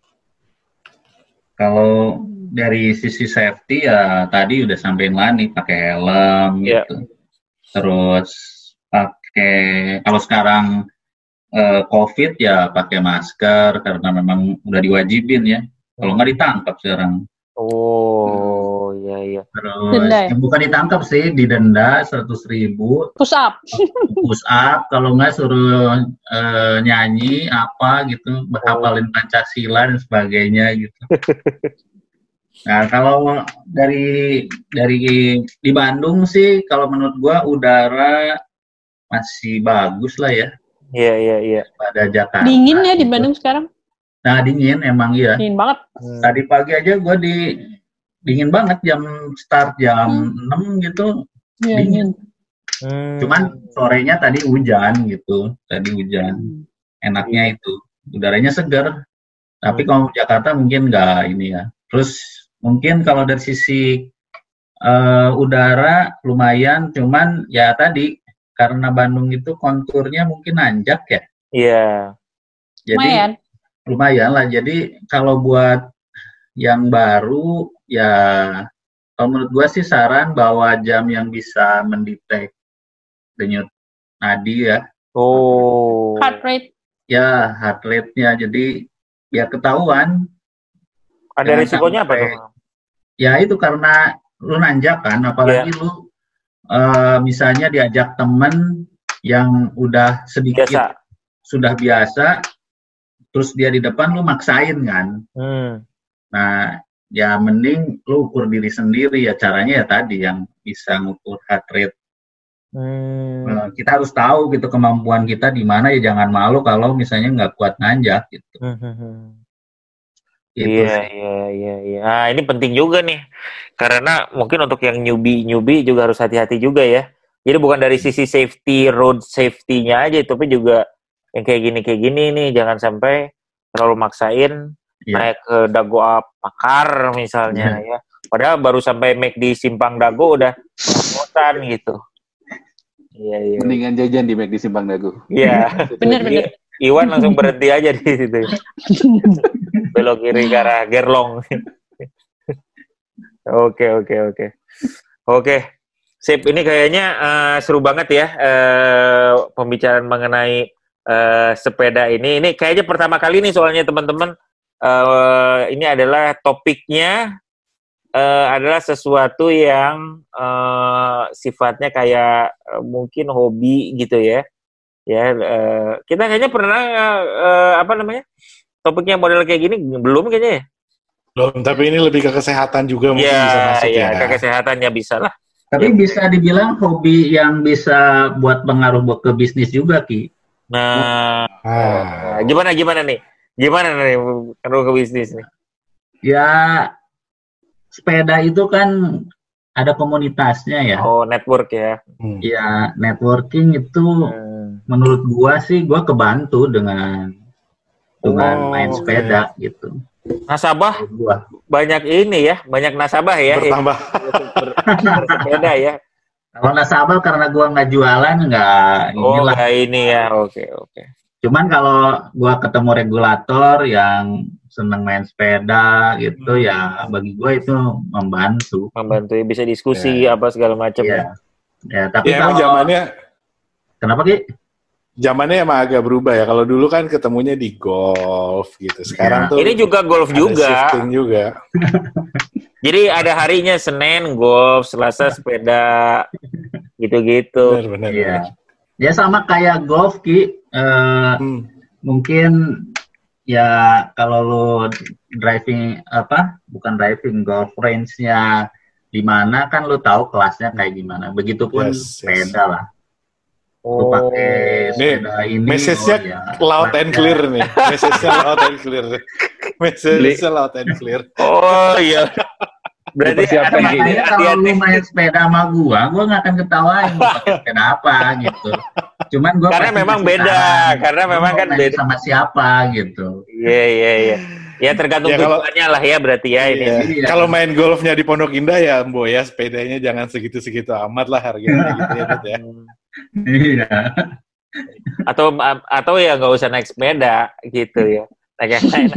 Kalau dari sisi safety ya tadi udah sampein lah nih pakai helm gitu. Terus pakai kalau sekarang COVID ya pakai masker karena memang udah diwajibin ya. Kalau nggak ditangkap sekarang. Oh, iya. Terus bukan ditangkap sih, didenda 100.000. Push up. Kalau nggak suruh nyanyi apa gitu, hafalin Pancasila dan sebagainya gitu. Nah kalau dari di Bandung sih, kalau menurut gua udara masih bagus lah ya. Iya. Pada Jakarta. Dingin ya di Bandung sekarang? Nah dingin emang iya. Dingin banget. Tadi pagi aja gue dingin banget start jam 6 gitu. Dingin. Cuman sorenya tadi hujan gitu. Enaknya itu. Udaranya segar. Tapi kalau Jakarta mungkin nggak ini ya. Terus mungkin kalau dari sisi udara lumayan. Cuman ya tadi karena Bandung itu konturnya mungkin nanjak ya. Iya. Jadi lumayan lah. Jadi kalau buat yang baru ya kalau menurut gue sih saran bawa jam yang bisa mendetek denyut nadi ya. Heart rate. Ya heart rate-nya. Jadi biar ketahuan. Ada risikonya apa tuh? Ya itu karena lu nanjak kan, apalagi lu misalnya diajak temen yang udah sedikit sudah biasa, terus dia di depan lu maksain kan. Nah ya mending lu ukur diri sendiri ya, caranya ya tadi yang bisa ngukur heart rate Kita harus tahu gitu kemampuan kita di mana, ya jangan malu kalau misalnya nggak kuat nanjak gitu. Gitu iya. Nah, ini penting juga nih. Karena mungkin untuk yang newbie juga harus hati-hati juga ya. Jadi bukan dari sisi safety, road safety-nya aja, tapi juga yang kayak gini nih, jangan sampai terlalu maksain naik ke Dago Pakar misalnya ya. Padahal baru sampai make di Simpang Dago udah bosan gitu. Iya. Mendingan jajan di make di Simpang Dago. Iya. Bener. Iwan langsung berhenti aja di situ. Belok kiri ke arah Gerlong. Oke. Sip, ini kayaknya seru banget ya pembicaraan mengenai sepeda ini. Ini kayaknya pertama kali nih soalnya teman-teman. Ini adalah topiknya adalah sesuatu yang sifatnya kayak mungkin hobi gitu ya. Ya, kita kayaknya pernah topiknya model kayak gini belum kayaknya ya. Belum, tapi ini lebih ke kesehatan juga mungkin bisa masuk ya. Ke kesehatannya bisa lah. Tapi bisa dibilang hobi yang bisa buat pengaruh ke bisnis juga, Ki. Nah, gimana nih? Gimana nih pengaruh ke bisnis nih? Ya, sepeda itu kan ada komunitasnya ya. Oh, network ya. Ya, networking itu menurut gua sih gua kebantu dengan main sepeda gitu. Nasabah banyak ini ya, banyak nasabah ya. Bertambah. Bersepeda ya. Kalau nasabah karena gua nggak jualan nggak inilah. Oh, ini ya, oke. Cuman kalau gua ketemu regulator yang seneng main sepeda gitu ya, bagi gua itu membantu ya, bisa diskusi apa segala macam ya. Ya, tapi ya, kalau zamannya kenapa Ki? Zamannya emang agak berubah ya. Kalau dulu kan ketemunya di golf gitu. Sekarang tuh ini juga golf juga. Shifting juga. Jadi ada harinya Senin golf, Selasa sepeda, gitu-gitu. Benar. Ya sama kayak golf Ki. Mungkin ya kalau lu golf range-nya di mana kan lu tahu kelasnya kayak gimana. Begitupun sepeda lah. Lu pakai sepeda ini. Message-nya loud and clear nih. Message-nya loud and clear. Oh iya. Berarti kalau lu main sepeda sama gua nggak akan ketawain pakai sepeda apa gitu. Cuman gua karena memang beda, karena memang kan beda sama siapa gitu. Iya. Ya tergantung tujuannya lah ya berarti ya ini. Iya. Kalau main golfnya di Pondok Indah ya, Mbo ya sepedanya jangan segitu-segitu amat lah harganya gitu ya. Iya. Atau ya nggak usah naik sepeda gitu ya. Naik yang lain.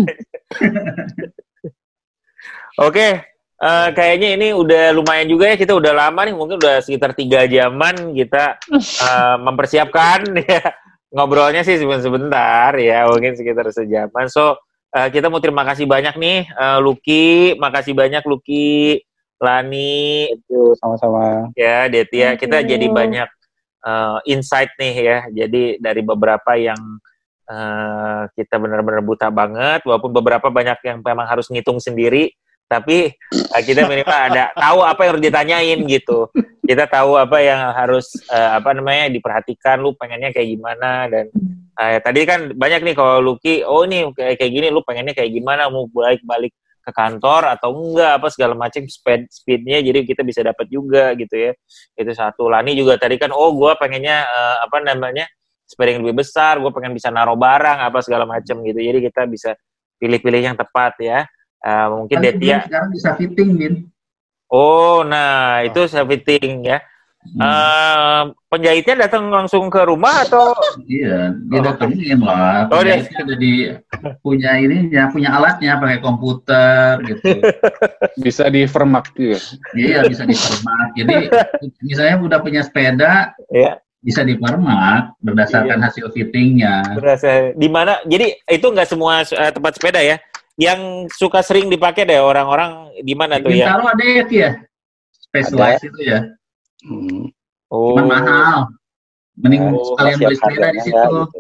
Oke. Kayaknya ini udah lumayan juga ya, kita udah lama nih, mungkin udah sekitar 3 jaman kita mempersiapkan ya. Ngobrolnya sih sebentar ya, mungkin sekitar sejaman. So, kita mau terima kasih banyak nih, Lucky, makasih banyak Lucky, Lani. Itu sama-sama. Ya, Detia, kita jadi banyak insight nih ya, jadi dari beberapa yang kita benar-benar buta banget, walaupun beberapa banyak yang memang harus ngitung sendiri, tapi kita minimal ada tahu apa yang harus ditanyain gitu. Kita tahu apa yang harus diperhatikan, lu pengennya kayak gimana. Dan tadi kan banyak nih kalau Lucky, oh ini kayak gini, lu pengennya kayak gimana, mau balik ke kantor atau enggak, apa segala macam speednya, jadi kita bisa dapat juga gitu ya. Itu satu. Lani juga tadi kan, oh gue pengennya sepeda yang lebih besar, gue pengen bisa naruh barang apa segala macam gitu. Jadi kita bisa pilih-pilih yang tepat ya. Mungkin Detia sekarang bisa fitting, Bin. Oh, nah itu bisa fitting ya. Penjahitnya datang langsung ke rumah atau? Iya, dia datangin lah. Penjahitnya udah punya alatnya, pakai komputer gitu. Bisa di Vermak juga. Iya, bisa di Vermak. Jadi misalnya udah punya sepeda, bisa di Vermak berdasarkan hasil fittingnya. Di mana? Jadi itu nggak semua tempat sepeda ya? Yang suka sering dipakai deh orang-orang di mana tuh ya? Bintaro ada ya, Specialized itu ya. Cuman mahal. Mending sekalian beli sepeda di situ. Gitu.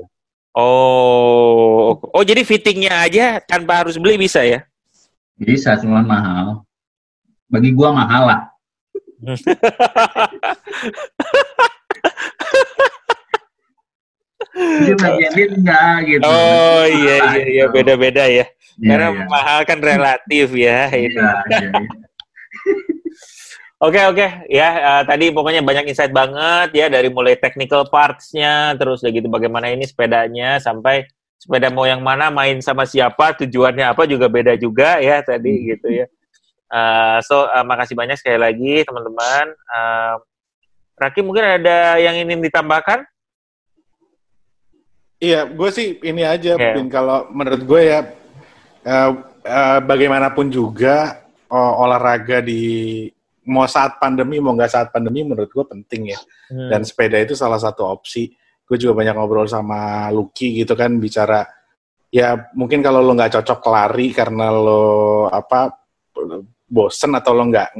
Oh, jadi fittingnya aja tanpa harus beli bisa ya? Bisa, cuman mahal. Bagi gua mahal lah. Jadi bagian dia enggak gitu. Oh iya beda-beda ya. Karena mahal kan relatif ya. Iya. Oke ya, tadi pokoknya banyak insight banget ya, dari mulai technical parts-nya, terus udah gitu bagaimana ini sepedanya, sampai sepeda mau yang mana, main sama siapa, tujuannya apa juga beda juga ya tadi gitu ya. Makasih banyak sekali lagi teman-teman. Raki mungkin ada yang ingin ditambahkan? Iya, gue sih ini aja, Bin, kalau menurut gue ya bagaimanapun juga olahraga di mau saat pandemi mau nggak saat pandemi menurut gue penting ya. Dan sepeda itu salah satu opsi. Gue juga banyak ngobrol sama Lucky gitu kan, bicara ya mungkin kalau lo nggak cocok lari karena lo bosen atau lo nggak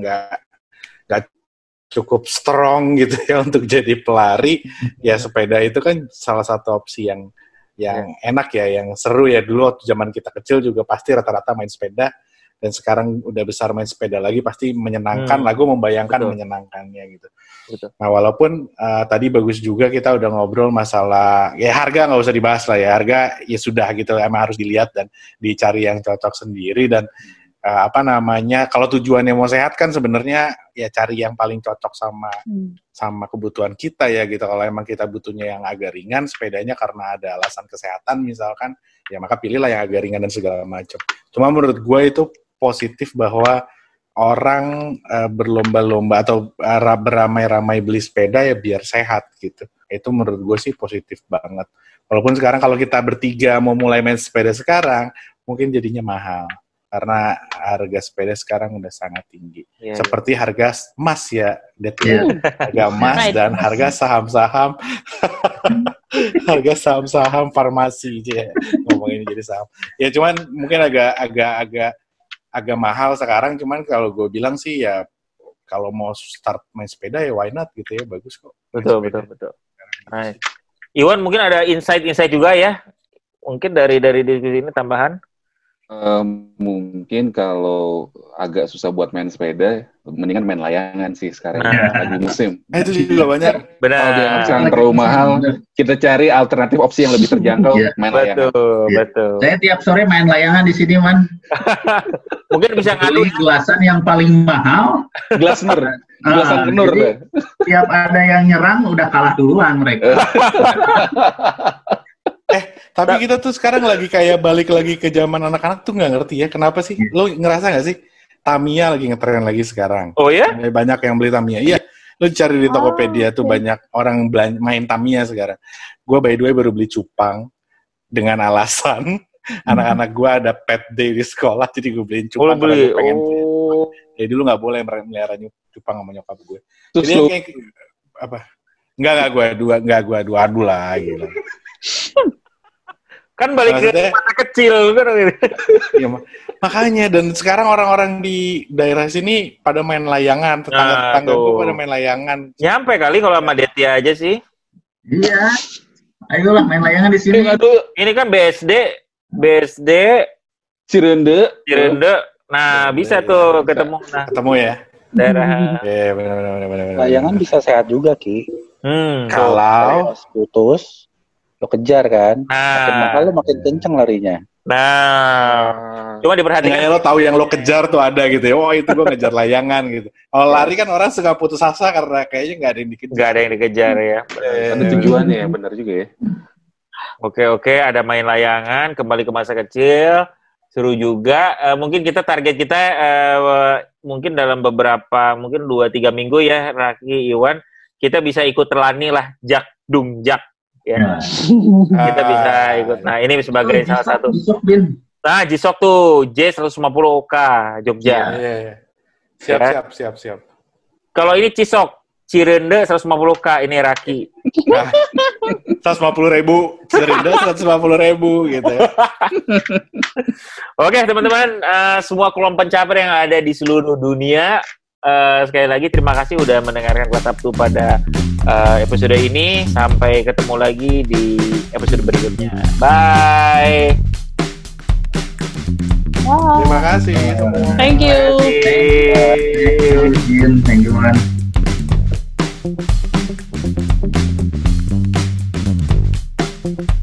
cukup strong gitu ya untuk jadi pelari, ya sepeda itu kan salah satu opsi yang enak ya, yang seru ya. Dulu waktu zaman kita kecil juga pasti rata-rata main sepeda, dan sekarang udah besar main sepeda lagi pasti menyenangkan. Lagu membayangkan menyenangkannya gitu. Betul. Nah walaupun tadi bagus juga kita udah ngobrol masalah ya harga, nggak usah dibahas lah ya, harga ya sudah gitu, emang harus dilihat dan dicari yang cocok sendiri. Dan kalau tujuannya mau sehat kan sebenarnya ya cari yang paling cocok sama kebutuhan kita ya gitu. Kalau emang kita butuhnya yang agak ringan sepedanya karena ada alasan kesehatan misalkan, ya maka pilihlah yang agak ringan dan segala macam. Cuma menurut gue itu positif bahwa orang berlomba-lomba atau beramai-ramai beli sepeda ya biar sehat gitu. Itu menurut gue sih positif banget. Walaupun sekarang kalau kita bertiga mau mulai main sepeda sekarang mungkin jadinya mahal. Karena harga sepeda sekarang udah sangat tinggi. Seperti harga emas ya, harga emas dan harga saham-saham, harga saham-saham farmasi ya. Ngomongin jadi saham. Ya cuman mungkin agak mahal sekarang. Cuman kalau gue bilang sih ya kalau mau start main sepeda ya why not gitu ya, bagus kok. Betul. Right. Iwan mungkin ada insight juga ya, mungkin dari ini tambahan. Mungkin kalau agak susah buat main sepeda, mendingan main layangan sih sekarang lagi musim. Itu juga banyak. Benar. Kalau dia sekarang terlalu mahal, kita cari alternatif opsi yang lebih terjangkau. Main layangan. Betul. Saya tiap sore main layangan di sini, Man. Mungkin bisa beli gelasan yang paling mahal. Gelasan kenur. Tiap ada yang nyerang udah kalah duluan mereka. Tapi kita tuh sekarang lagi kayak balik lagi ke zaman anak-anak tuh nggak ngerti ya kenapa sih? Lo ngerasa nggak sih Tamiya lagi ngetren lagi sekarang? Oh ya? Banyak yang beli Tamiya. Iya, lo cari di Tokopedia tuh banyak orang main Tamiya sekarang. Gue by the way baru beli cupang dengan alasan anak-anak gue ada pet day di sekolah, jadi gue beliin cupang karena gue pengen. Jadi dulu nggak boleh melihara cupang sama nyokap gue. Jadi kayak apa? Enggak gue adu lah gitu. Kan balik ke masa kecil kan. Iya, makanya dan sekarang orang-orang di daerah sini pada main layangan, tetangga gue pada main layangan. Nyampe kali kalau sama Detia aja sih. Iya. Ayolah main layangan di sini. Ini kan BSD Cirende. Nah, bisa tuh ketemu. Nah, ketemu ya. Daerah. Iya, benar. Layangan bisa sehat juga, Ki. Kalau putus lo kejar kan, makin mahal lo makin kenceng larinya. Cuma diperhatikan. Lo tahu yang lo kejar tuh ada gitu ya. Oh itu gue ngejar layangan gitu. Kalau lari kan orang suka putus asa karena kayaknya nggak ada yang dikejar. Nggak ada yang dikejar ya. Ada tujuannya ya, benar juga ya. Oke, ada main layangan, kembali ke masa kecil, seru juga. Mungkin target kita mungkin dalam beberapa, mungkin 2-3 minggu ya, Raki, Iwan, kita bisa ikut Lani lah, Jak. Ya. Kita bisa ikut. Nah, ini sebagai salah satu. Jisok tuh J150 OK Jogja. Siap. Kalau ini Cisok Cirende 150K, ini Raki. 150.000, Cirende 150.000 gitu ya. Oke, teman-teman, semua kelompok pencapaian yang ada di seluruh dunia, sekali lagi terima kasih udah mendengarkan Kelas Sabtu pada episode ini. Sampai ketemu lagi di episode berikutnya. Bye. Wow. Terima kasih semua. Thank you. Thank you, man.